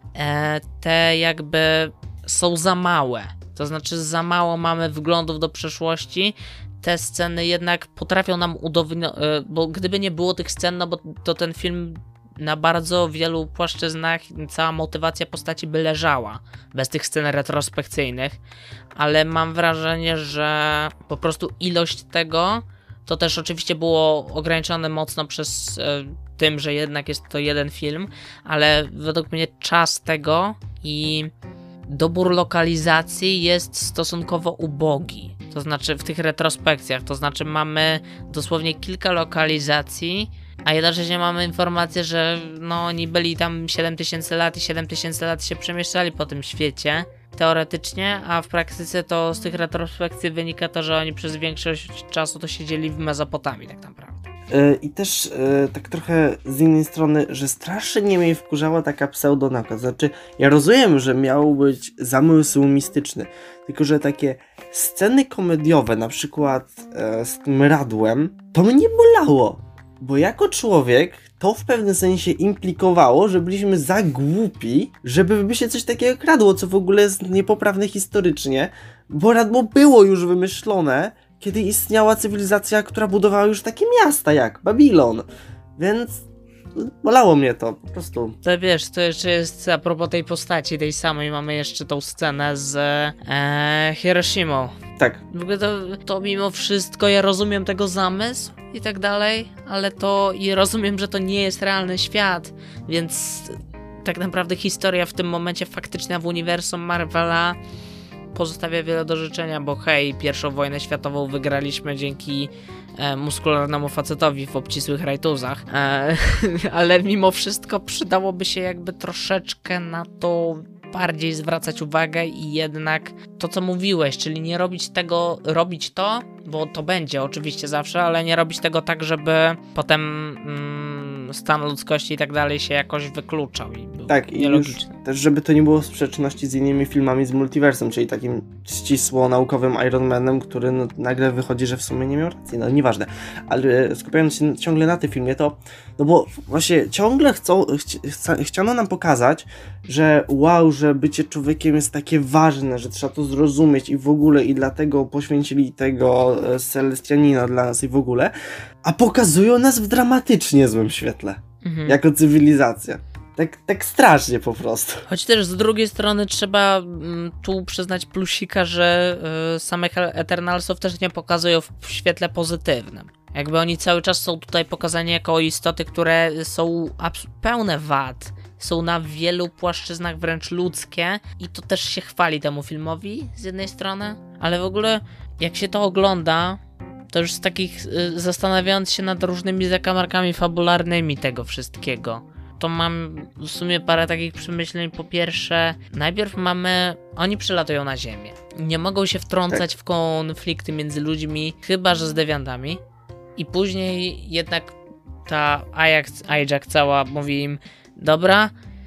te jakby są za małe. To znaczy za mało mamy wglądów do przeszłości. Te sceny jednak potrafią nam udowodnić, bo gdyby nie było tych scen, no bo to ten film na bardzo wielu płaszczyznach cała motywacja postaci by leżała bez tych scen retrospekcyjnych, ale mam wrażenie, że po prostu ilość tego to też oczywiście było ograniczone mocno przez tym, że jednak jest to jeden film, ale według mnie czas tego i dobór lokalizacji jest stosunkowo ubogi. To znaczy w tych retrospekcjach, to znaczy mamy dosłownie kilka lokalizacji, a jednocześnie mamy informację, że no oni byli tam 7000 lat i 7000 lat się przemieszczali po tym świecie, teoretycznie, a w praktyce to z tych retrospekcji wynika to, że oni przez większość czasu to siedzieli w Mezopotamii tak naprawdę. I też tak trochę z innej strony, że strasznie mnie wkurzała taka pseudonauka. Znaczy, ja rozumiem, że miał być zamysł mistyczny, tylko że takie sceny komediowe, na przykład z tym radłem, to mnie bolało. Bo jako człowiek to w pewnym sensie implikowało, że byliśmy za głupi, żeby by się coś takiego kradło, co w ogóle jest niepoprawne historycznie, bo radło było już wymyślone, kiedy istniała cywilizacja, która budowała już takie miasta jak Babilon. Więc bolało mnie to, po prostu. To wiesz, to jeszcze jest a propos tej postaci, tej samej, mamy jeszcze tą scenę z Hiroshimą. Tak. W ogóle to mimo wszystko, ja rozumiem tego zamysł i tak dalej, ale to i rozumiem, że to nie jest realny świat, więc tak naprawdę historia w tym momencie faktyczna w uniwersum Marvela pozostawia wiele do życzenia, bo hej, pierwszą wojnę światową wygraliśmy dzięki muskularnemu facetowi w obcisłych rajtuzach, ale mimo wszystko przydałoby się jakby troszeczkę na to bardziej zwracać uwagę i jednak to, co mówiłeś, czyli nie robić tego, robić to, bo to będzie oczywiście zawsze, ale nie robić tego tak, żeby potem stan ludzkości i tak dalej się jakoś wykluczał i był tak, nielogiczny. I też żeby to nie było w sprzeczności z innymi filmami z multiversum, czyli takim ścisło naukowym Iron Manem, który no, nagle wychodzi, że w sumie nie miał racji, no nieważne. Ale skupiając się ciągle na tym filmie, to no bo właśnie ciągle chciano nam pokazać, że wow, że bycie człowiekiem jest takie ważne, że trzeba to zrozumieć i w ogóle i dlatego poświęcili tego Celestianina dla nas i w ogóle, a pokazują nas w dramatycznie złym świetle, jako cywilizacja. Tak strasznie po prostu. Choć też z drugiej strony trzeba tu przyznać plusika, że samych Eternalsów też nie pokazują w świetle pozytywnym. Jakby oni cały czas są tutaj pokazani jako istoty, które są pełne wad. Są na wielu płaszczyznach wręcz ludzkie i to też się chwali temu filmowi z jednej strony, ale w ogóle jak się to ogląda, to już z takich zastanawiając się nad różnymi zakamarkami fabularnymi tego wszystkiego, to mam w sumie parę takich przemyśleń. Po pierwsze, najpierw oni przylatują na Ziemię. Nie mogą się wtrącać w konflikty między ludźmi, chyba że z dewiantami. I później jednak ta Ajak cała mówi im, dobra,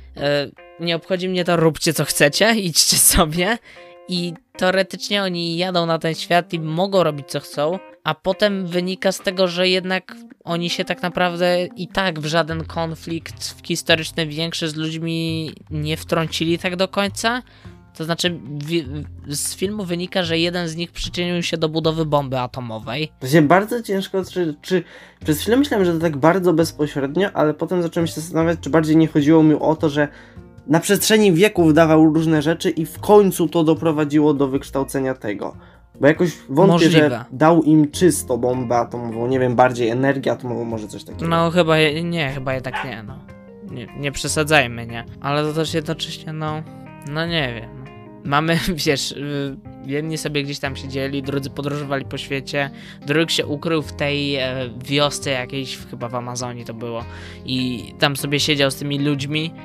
nie obchodzi mnie to, róbcie co chcecie, idźcie sobie. I teoretycznie oni jadą na ten świat i mogą robić co chcą, a potem wynika z tego, że jednak oni się tak naprawdę i tak w żaden konflikt historyczny większy z ludźmi nie wtrącili tak do końca. To znaczy z filmu wynika, że jeden z nich przyczynił się do budowy bomby atomowej. To się bardzo ciężko, czy przez chwilę myślałem, że to tak bardzo bezpośrednio, ale potem zacząłem się zastanawiać, czy bardziej nie chodziło mi o to, że na przestrzeni wieków dawał różne rzeczy i w końcu to doprowadziło do wykształcenia tego. Bo jakoś wątpię, że dał im czysto bombę atomową, nie wiem, bardziej energię atomową, może coś takiego. No chyba jednak nie, no. Nie przesadzajmy, nie? Ale to też jednocześnie, no nie wiem. Mamy, wiesz, jedni sobie gdzieś tam siedzieli, drudzy podróżowali po świecie, drugi się ukrył w tej wiosce jakiejś, chyba w Amazonii to było, i tam sobie siedział z tymi ludźmi,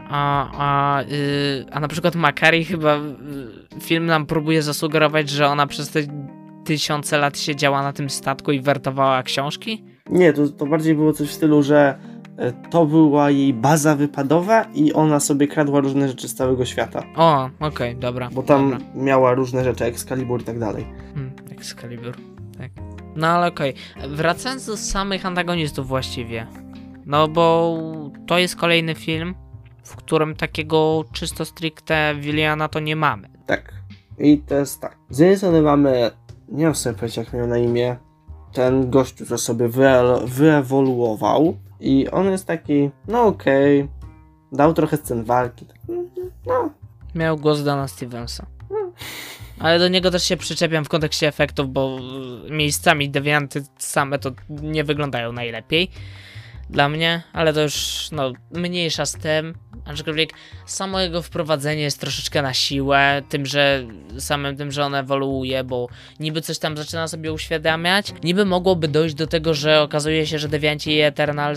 a na przykład Makari chyba film nam próbuje zasugerować, że ona przez te tysiące lat siedziała na tym statku i wertowała książki? Nie, to bardziej było coś w stylu, że to była jej baza wypadowa i ona sobie kradła różne rzeczy z całego świata. O, okej, dobra. Bo tam dobra. miała różne rzeczy, Excalibur i tak dalej. Excalibur, tak. No ale okej. Wracając do samych antagonistów właściwie. No bo to jest kolejny film, w którym takiego czysto stricte Viliana to nie mamy. Tak. I to jest tak. Z jednej strony mamy, nie wiem sobie powiedzieć jak miał na imię, ten gościu, co sobie wyewoluował i on jest taki, no okej, dał trochę scen walki. No. Miał głos Dana Stevensa. Ale do niego też się przyczepiam w kontekście efektów, bo miejscami dewianty same to nie wyglądają najlepiej dla mnie, ale to już mniejsza z tym. Aczkolwiek samo jego wprowadzenie jest troszeczkę na siłę, samym tym, że on ewoluuje, bo niby coś tam zaczyna sobie uświadamiać. Niby mogłoby dojść do tego, że okazuje się, że dewianci i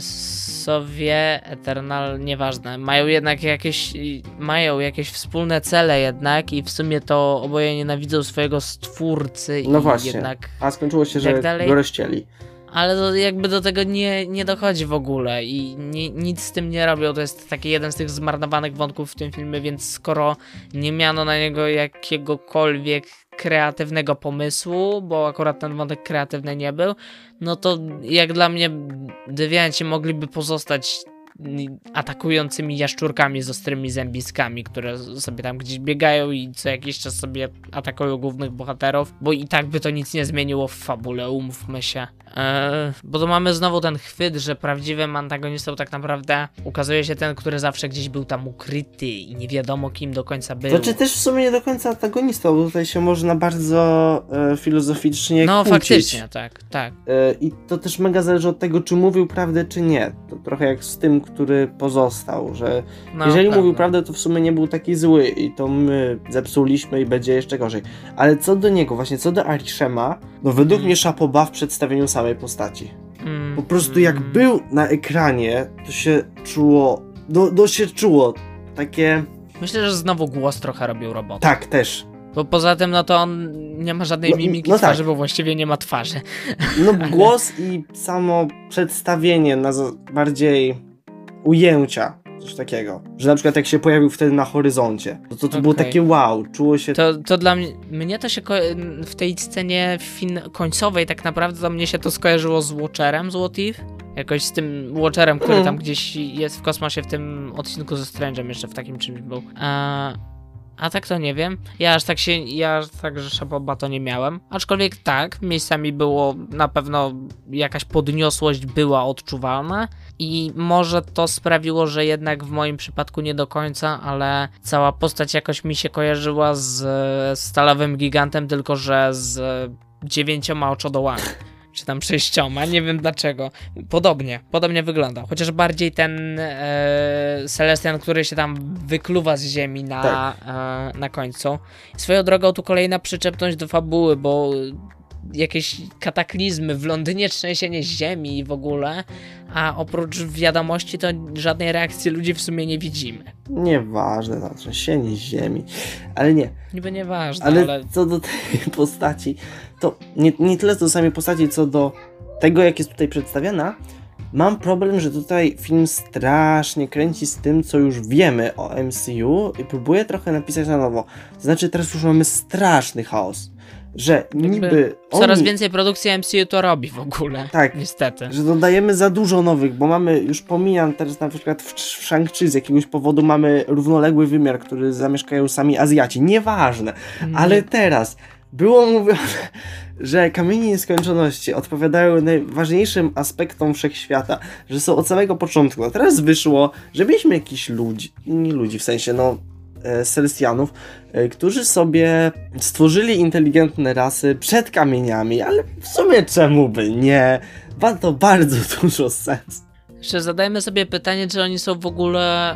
nieważne, mają jakieś wspólne cele jednak i w sumie to oboje nienawidzą swojego stwórcy. No i właśnie, jednak a skończyło się, że go rozcięli. Ale to jakby do tego nie dochodzi w ogóle i nic z tym nie robią. To jest taki jeden z tych zmarnowanych wątków w tym filmie, więc skoro nie miano na niego jakiegokolwiek kreatywnego pomysłu, bo akurat ten wątek kreatywny nie był, no to jak dla mnie dewianci mogliby pozostać atakującymi jaszczurkami z ostrymi zębiskami, które sobie tam gdzieś biegają i co jakiś czas sobie atakują głównych bohaterów, bo i tak by to nic nie zmieniło w fabule, umówmy się. Bo to mamy znowu ten chwyt, że prawdziwym antagonistą tak naprawdę ukazuje się ten, który zawsze gdzieś był tam ukryty i nie wiadomo kim do końca był. Znaczy też w sumie nie do końca antagonistą, bo tutaj się można bardzo filozoficznie kłócić. Faktycznie, tak. I to też mega zależy od tego, czy mówił prawdę, czy nie. To trochę jak z tym, który pozostał, że jeżeli mówił prawdę, to w sumie nie był taki zły i to my zepsuliśmy i będzie jeszcze gorzej. Ale co do niego, właśnie co do Arishema, no według mnie chapeau bas w przedstawieniu samej postaci. Po prostu jak był na ekranie, to się czuło, się czuło takie... Myślę, że znowu głos trochę robił robotę. Tak, też. Bo poza tym, no to on nie ma żadnej mimiki twarzy, tak. Bo właściwie nie ma twarzy. No głos i samo przedstawienie na bardziej ujęcia, coś takiego. Że na przykład jak się pojawił wtedy na horyzoncie, to było takie wow, czuło się... To dla mnie to się w tej scenie końcowej tak naprawdę to mnie się to skojarzyło z Watcherem, z What If? Jakoś z tym Watcherem, który tam gdzieś jest w kosmosie w tym odcinku ze Strange'em jeszcze w takim czymś był. A tak to nie wiem. Ja aż tak, że chapeau bas to nie miałem. Aczkolwiek tak, miejscami było na pewno jakaś podniosłość była odczuwalna i może to sprawiło, że jednak w moim przypadku nie do końca, ale cała postać jakoś mi się kojarzyła z stalowym gigantem, tylko że z 9 oczodołami. Czy tam 6, nie wiem dlaczego. Podobnie wygląda. Chociaż bardziej ten Celestian, który się tam wykluwa z ziemi na końcu. Swoją drogą tu kolejna przyczepność do fabuły, bo jakieś kataklizmy w Londynie, trzęsienie ziemi i w ogóle, a oprócz wiadomości to żadnej reakcji ludzi w sumie nie widzimy. Nieważne, no, trzęsienie ziemi, ale nie. Niby nieważne, ale co do tej postaci, to nie tyle co do samej postaci, co do tego, jak jest tutaj przedstawiana, mam problem, że tutaj film strasznie kręci z tym, co już wiemy o MCU i próbuje trochę napisać na nowo. To znaczy, teraz już mamy straszny chaos. Że niby coraz więcej produkcji MCU to robi w ogóle. Tak, niestety. Że dodajemy za dużo nowych, bo mamy, już pomijam teraz na przykład w Shang-Chi z jakiegoś powodu mamy równoległy wymiar, który zamieszkają sami Azjaci. Nieważne. Ale teraz było mówione, że Kamienie Nieskończoności odpowiadają najważniejszym aspektom wszechświata, że są od samego początku. A teraz wyszło, że mieliśmy jakichś ludzi, w sensie Celestianów, którzy sobie stworzyli inteligentne rasy przed kamieniami, ale w sumie czemu by nie? Ma to bardzo dużo sensu. Jeszcze zadajmy sobie pytanie, czy oni są w ogóle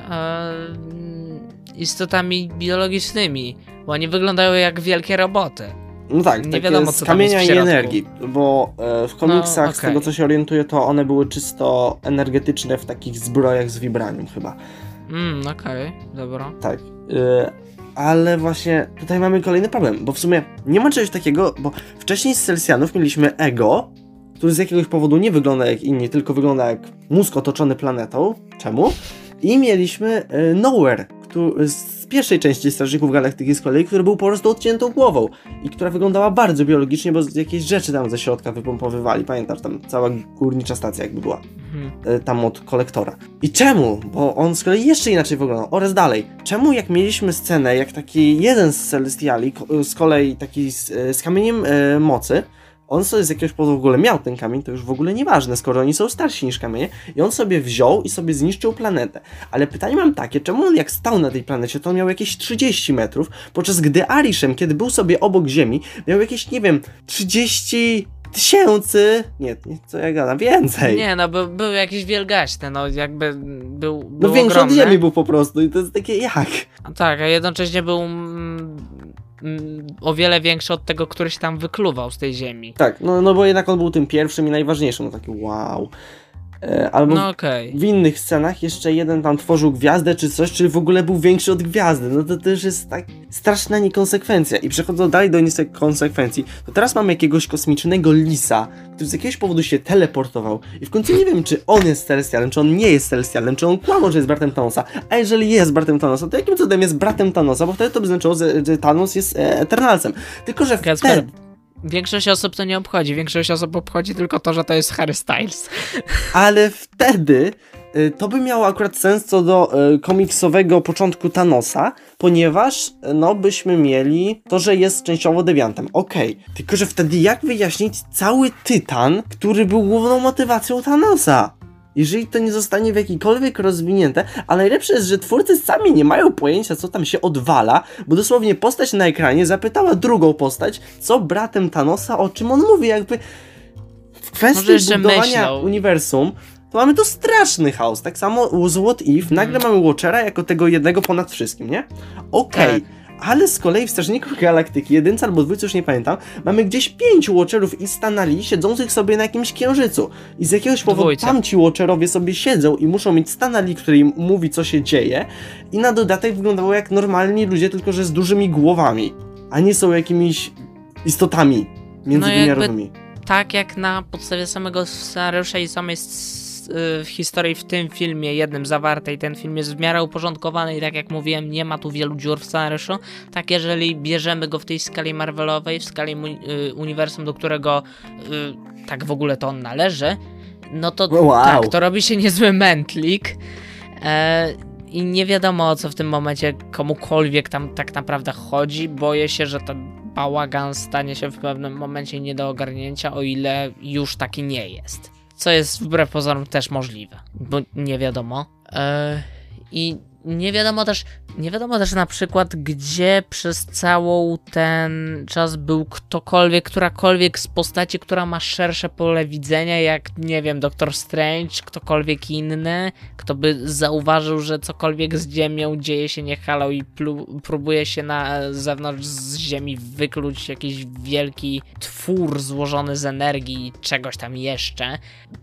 istotami biologicznymi, bo oni wyglądają jak wielkie roboty. No tak, nie wiadomo co tam jest w środku. Kamienia i energii, bo w komiksach, z tego co się orientuję, to one były czysto energetyczne w takich zbrojach z vibranium chyba. Okej, dobra. Tak. ale właśnie tutaj mamy kolejny problem, bo w sumie nie ma czegoś takiego, bo wcześniej z Selsjanów mieliśmy Ego, który z jakiegoś powodu nie wygląda jak inni, tylko wygląda jak mózg otoczony planetą. Czemu? I mieliśmy Nowhere, z pierwszej części Strażników Galaktyki z kolei, który był po prostu odciętą głową i która wyglądała bardzo biologicznie, bo jakieś rzeczy tam ze środka wypompowywali. Pamiętasz, tam cała górnicza stacja jakby była. Tam od kolektora. I czemu? Bo on z kolei jeszcze inaczej wyglądał. Oraz dalej. Czemu jak mieliśmy scenę, jak taki jeden z Celestiali, z kolei taki z kamieniem mocy, on sobie z jakiegoś powodu w ogóle miał ten kamień, to już w ogóle nieważne, skoro oni są starsi niż kamienie, i on sobie wziął i sobie zniszczył planetę. Ale pytanie mam takie, czemu on jak stał na tej planecie, to on miał jakieś 30 metrów, podczas gdy Arishem, kiedy był sobie obok Ziemi, miał jakieś, nie wiem, 30 tysięcy, nie, co ja gadam, więcej. Nie, no był jakiś wielgaśny, no jakby był no większy ogromny. od Ziemi był po prostu i to jest takie jak? Tak, a jednocześnie był o wiele większy od tego, który się tam wykluwał z tej ziemi. Tak, no bo jednak on był tym pierwszym i najważniejszym, no taki wow. Albo no w innych scenach jeszcze jeden tam tworzył gwiazdę czy coś, czy w ogóle był większy od gwiazdy. No to też jest tak straszna niekonsekwencja. I przechodząc dalej do konsekwencji, to teraz mamy jakiegoś kosmicznego lisa, który z jakiegoś powodu się teleportował. I w końcu nie wiem, czy on jest Celestialem, czy on nie jest Celestialem, czy on kłamał, że jest bratem Thanosa. A jeżeli jest bratem Thanosa, to jakim cudem jest bratem Thanosa? Bo wtedy to by znaczyło, że Thanos jest Eternalsem. Tylko że wtedy... Większość osób to nie obchodzi. Większość osób obchodzi tylko to, że to jest Harry Styles. Ale wtedy to by miało akurat sens co do komiksowego początku Thanosa, ponieważ no byśmy mieli to, że jest częściowo dewiantem. Okej. Tylko że wtedy jak wyjaśnić cały Tytan, który był główną motywacją Thanosa? Jeżeli to nie zostanie w jakikolwiek rozwinięte, a najlepsze jest, że twórcy sami nie mają pojęcia, co tam się odwala, bo dosłownie postać na ekranie zapytała drugą postać, co bratem Thanosa, o czym on mówi, jakby w kwestii budowania uniwersum, to mamy tu straszny chaos. Tak samo z What If, nagle mamy Watchera jako tego jednego ponad wszystkim, nie? Okej. Tak. Ale z kolei w Strażnikach Galaktyki, jedynce albo dwójce, już nie pamiętam, mamy gdzieś 5 Watcherów i Stana Lee siedzących sobie na jakimś księżycu. I z jakiegoś powodu tamci Watcherowie sobie siedzą i muszą mieć Stana Lee, który im mówi, co się dzieje. I na dodatek wyglądało jak normalni ludzie, tylko że z dużymi głowami. A nie są jakimiś istotami międzywymiarowymi. No tak jak na podstawie samego scenariusza i samej historii w tym filmie jednym zawartej, ten film jest w miarę uporządkowany i tak jak mówiłem, nie ma tu wielu dziur w scenariuszu, tak jeżeli bierzemy go w tej skali Marvelowej, w skali uniwersum, do którego tak w ogóle to on należy, no to tak, to robi się niezły mętlik i nie wiadomo, o co w tym momencie komukolwiek tam tak naprawdę chodzi. Boję się, że ten bałagan stanie się w pewnym momencie nie do ogarnięcia, o ile już taki nie jest. Co jest wbrew pozorom też możliwe, bo nie wiadomo. I nie wiadomo też na przykład, gdzie przez cały ten czas był którakolwiek z postaci, która ma szersze pole widzenia, jak, nie wiem, Doktor Strange, ktokolwiek inny, kto by zauważył, że cokolwiek z Ziemią dzieje się nie halo i próbuje się na zewnątrz z Ziemi wykluć jakiś wielki twór złożony z energii i czegoś tam jeszcze.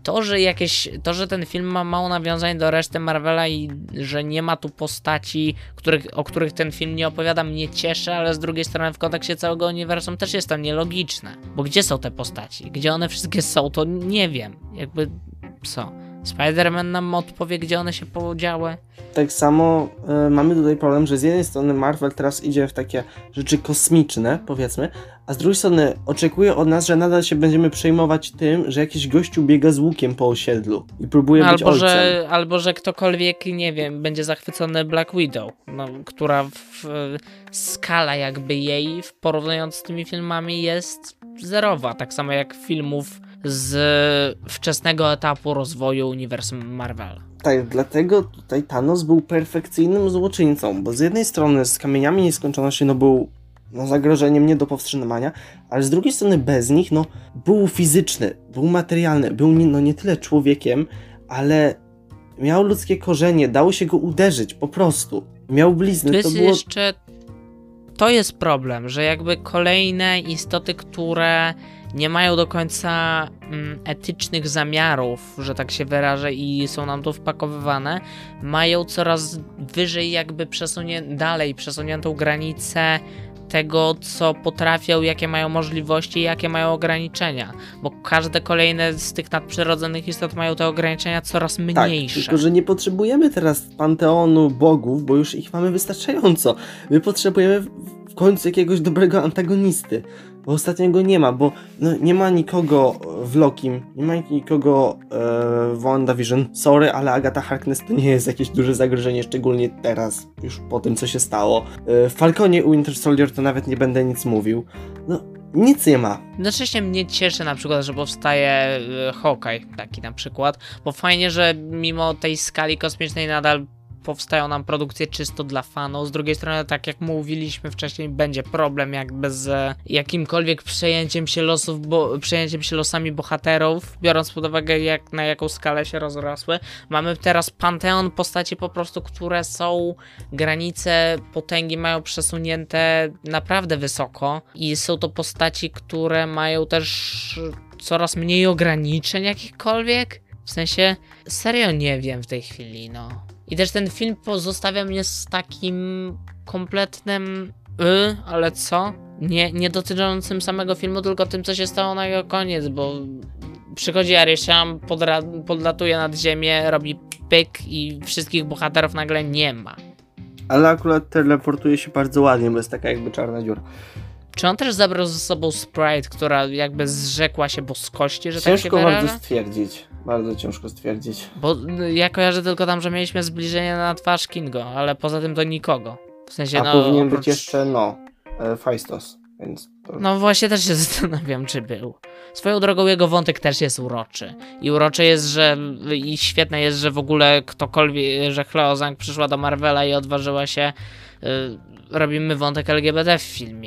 To, że ten film ma mało nawiązań do reszty Marvela i że nie ma tu postaci, o których ten film nie opowiada, mnie cieszy, ale z drugiej strony w kontekście całego uniwersum też jest to nielogiczne. Bo gdzie są te postaci? Gdzie one wszystkie są, to nie wiem. Jakby co? Spider-Man nam odpowie, gdzie one się podziały? Tak samo mamy tutaj problem, że z jednej strony Marvel teraz idzie w takie rzeczy kosmiczne, powiedzmy, a z drugiej strony oczekuje od nas, że nadal się będziemy przejmować tym, że jakiś gościu biega z łukiem po osiedlu i próbuje być ojcem. Albo że ktokolwiek, nie wiem, będzie zachwycony Black Widow, no, która skala jakby jej, porównując z tymi filmami, jest zerowa. Tak samo jak filmów z wczesnego etapu rozwoju uniwersum Marvela. Tak, dlatego tutaj Thanos był perfekcyjnym złoczyńcą, bo z jednej strony z kamieniami nieskończoności był zagrożeniem nie do powstrzymania, ale z drugiej strony bez nich był fizyczny, był materialny, był nie tyle człowiekiem, ale miał ludzkie korzenie, dało się go uderzyć po prostu. Miał blizny. To jest problem, że jakby kolejne istoty, które nie mają do końca etycznych zamiarów, że tak się wyrażę, i są nam tu wpakowywane, mają coraz wyżej jakby przesuniętą granicę tego, co potrafią, jakie mają możliwości i jakie mają ograniczenia, bo każde kolejne z tych nadprzyrodzonych istot mają te ograniczenia coraz mniejsze. Tak, tylko że nie potrzebujemy teraz panteonu bogów, bo już ich mamy wystarczająco. My potrzebujemy w końcu jakiegoś dobrego antagonisty, bo ostatnio go nie ma, bo nie ma nikogo w Lokim, nie ma nikogo w WandaVision. Sorry, ale Agatha Harkness to nie jest jakieś duże zagrożenie, szczególnie teraz, już po tym, co się stało. W Falconie Winter Soldier to nawet nie będę nic mówił. Nic nie ma. Jednocześnie mnie cieszy na przykład, że powstaje Hawkeye, taki na przykład, bo fajnie, że mimo tej skali kosmicznej nadal powstają nam produkcje czysto dla fanów. Z drugiej strony, tak jak mówiliśmy wcześniej, będzie problem jakby z jakimkolwiek przejęciem się losami bohaterów, biorąc pod uwagę na jaką skalę się rozrosły. Mamy teraz panteon postaci po prostu, które są, granice potęgi mają przesunięte naprawdę wysoko i są to postaci, które mają też coraz mniej ograniczeń jakichkolwiek. W sensie, serio nie wiem w tej chwili, I też ten film pozostawia mnie z takim kompletnym ale co? Nie dotyczącym samego filmu, tylko tym, co się stało na jego koniec, bo przychodzi Arishem, podlatuje nad ziemię, robi pyk i wszystkich bohaterów nagle nie ma. Ale akurat teleportuje się bardzo ładnie, bo jest taka jakby czarna dziura. Czy on też zabrał ze sobą Sprite, która jakby zrzekła się boskości, że tak się Ciężko wyrażę? bardzo stwierdzić. Bardzo ciężko stwierdzić. Bo ja kojarzę tylko tam, że mieliśmy zbliżenie na twarz Kingo, ale poza tym to nikogo. W sensie, powinien być jeszcze, Faistos, więc... No właśnie też się zastanawiam, czy był. Swoją drogą jego wątek też jest uroczy. I urocze jest, i świetne jest, że w ogóle ktokolwiek, że Chloe Zhang przyszła do Marvela i odważyła się, robimy wątek LGBT w filmie.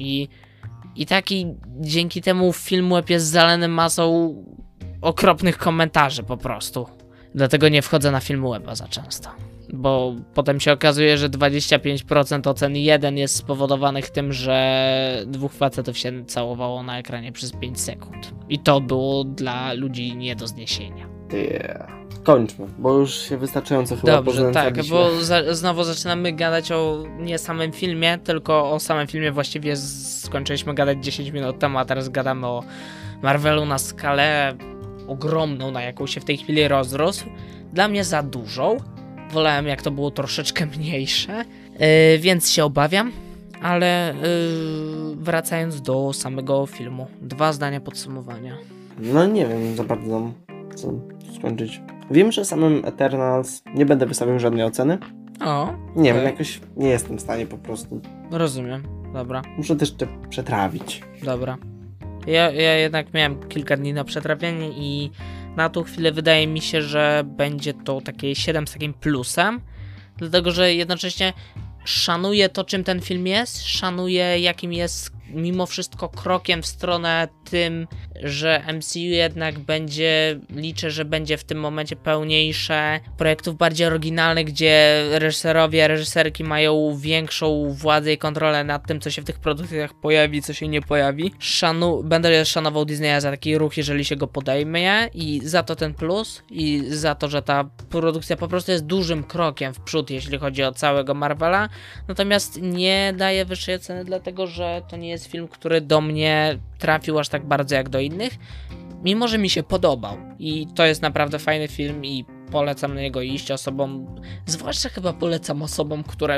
I dzięki temu film Web jest zalany masą okropnych komentarzy po prostu. Dlatego nie wchodzę na film Weba za często. Bo potem się okazuje, że 25% ocen 1 jest spowodowanych tym, że dwóch facetów się całowało na ekranie przez 5 sekund. I to było dla ludzi nie do zniesienia. Kończmy, bo już się wystarczająco chyba poznęcaliśmy. Tak, bo znowu zaczynamy gadać o nie samym filmie, tylko o samym filmie właściwie skończyliśmy gadać 10 minut temu, a teraz gadamy o Marvelu na skalę ogromną, na jaką się w tej chwili rozrósł. Dla mnie za dużą. Wolałem, jak to było troszeczkę mniejsze, więc się obawiam, ale wracając do samego filmu. 2 zdania podsumowania. Nie wiem za bardzo, co skończyć. Wiem, że samym Eternals nie będę wystawiał żadnej oceny. Nie wiem, jakoś nie jestem w stanie po prostu. Rozumiem, dobra. Muszę też przetrawić. Dobra. Ja jednak miałem kilka dni na przetrawienie i na tą chwilę wydaje mi się, że będzie to takie 7 z takim plusem, dlatego że jednocześnie szanuję to, czym ten film jest, szanuję, jakim jest mimo wszystko krokiem w stronę tym, że MCU jednak liczę, że będzie w tym momencie pełniejsze, projektów bardziej oryginalnych, gdzie reżyserowie, reżyserki mają większą władzę i kontrolę nad tym, co się w tych produkcjach pojawi, co się nie pojawi. Będę szanował Disneya za taki ruch, jeżeli się go podejmie, i za to ten plus, i za to, że ta produkcja po prostu jest dużym krokiem w przód, jeśli chodzi o całego Marvela. Natomiast nie daję wyższej oceny, dlatego że to nie jest film, który do mnie trafił aż tak bardzo jak do innych, mimo że mi się podobał. I to jest naprawdę fajny film i polecam na niego iść osobom, zwłaszcza chyba polecam osobom, które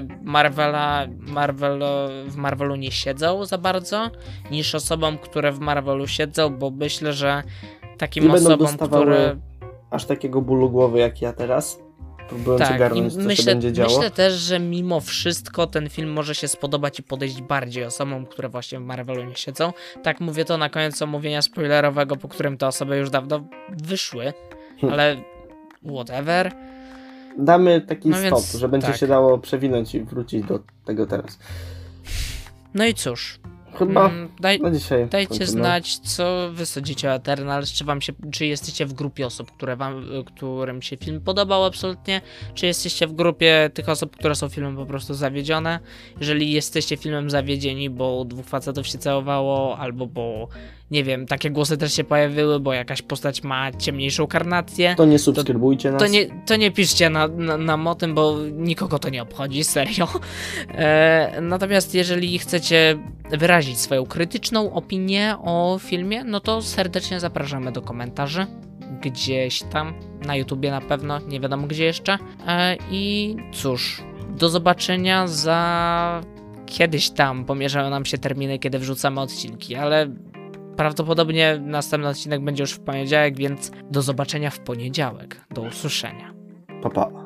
w Marvelu nie siedzą za bardzo, niż osobom, które w Marvelu siedzą, bo myślę, że takim osobom, które... aż takiego bólu głowy jak ja teraz, próbując ogarnąć, co się będzie działo. Myślę też, że mimo wszystko ten film może się spodobać i podejść bardziej osobom, które właśnie w Marvelu nie siedzą. Tak mówię to na koniec omówienia spoilerowego, po którym te osoby już dawno wyszły, ale whatever. Damy taki stop, że będzie się dało przewinąć i wrócić do tego teraz. No i cóż. Chyba na dzisiaj. Dajcie znać, co wy sądzicie o Eternals, czy jesteście w grupie osób, którym się film podobał absolutnie, czy jesteście w grupie tych osób, które są filmem po prostu zawiedzione. Jeżeli jesteście filmem zawiedzieni, bo dwóch facetów się całowało, albo bo nie wiem, takie głosy też się pojawiły, bo jakaś postać ma ciemniejszą karnację. To nie subskrybujcie nas. To nie piszcie nam o tym, bo nikogo to nie obchodzi, serio. Natomiast jeżeli chcecie wyrazić swoją krytyczną opinię o filmie, no to serdecznie zapraszamy do komentarzy. Gdzieś tam, na YouTubie na pewno, nie wiadomo gdzie jeszcze. I cóż, do zobaczenia za... Kiedyś tam pomierzają nam się terminy, kiedy wrzucamy odcinki, ale prawdopodobnie następny odcinek będzie już w poniedziałek, więc do zobaczenia w poniedziałek. Do usłyszenia. Pa, pa.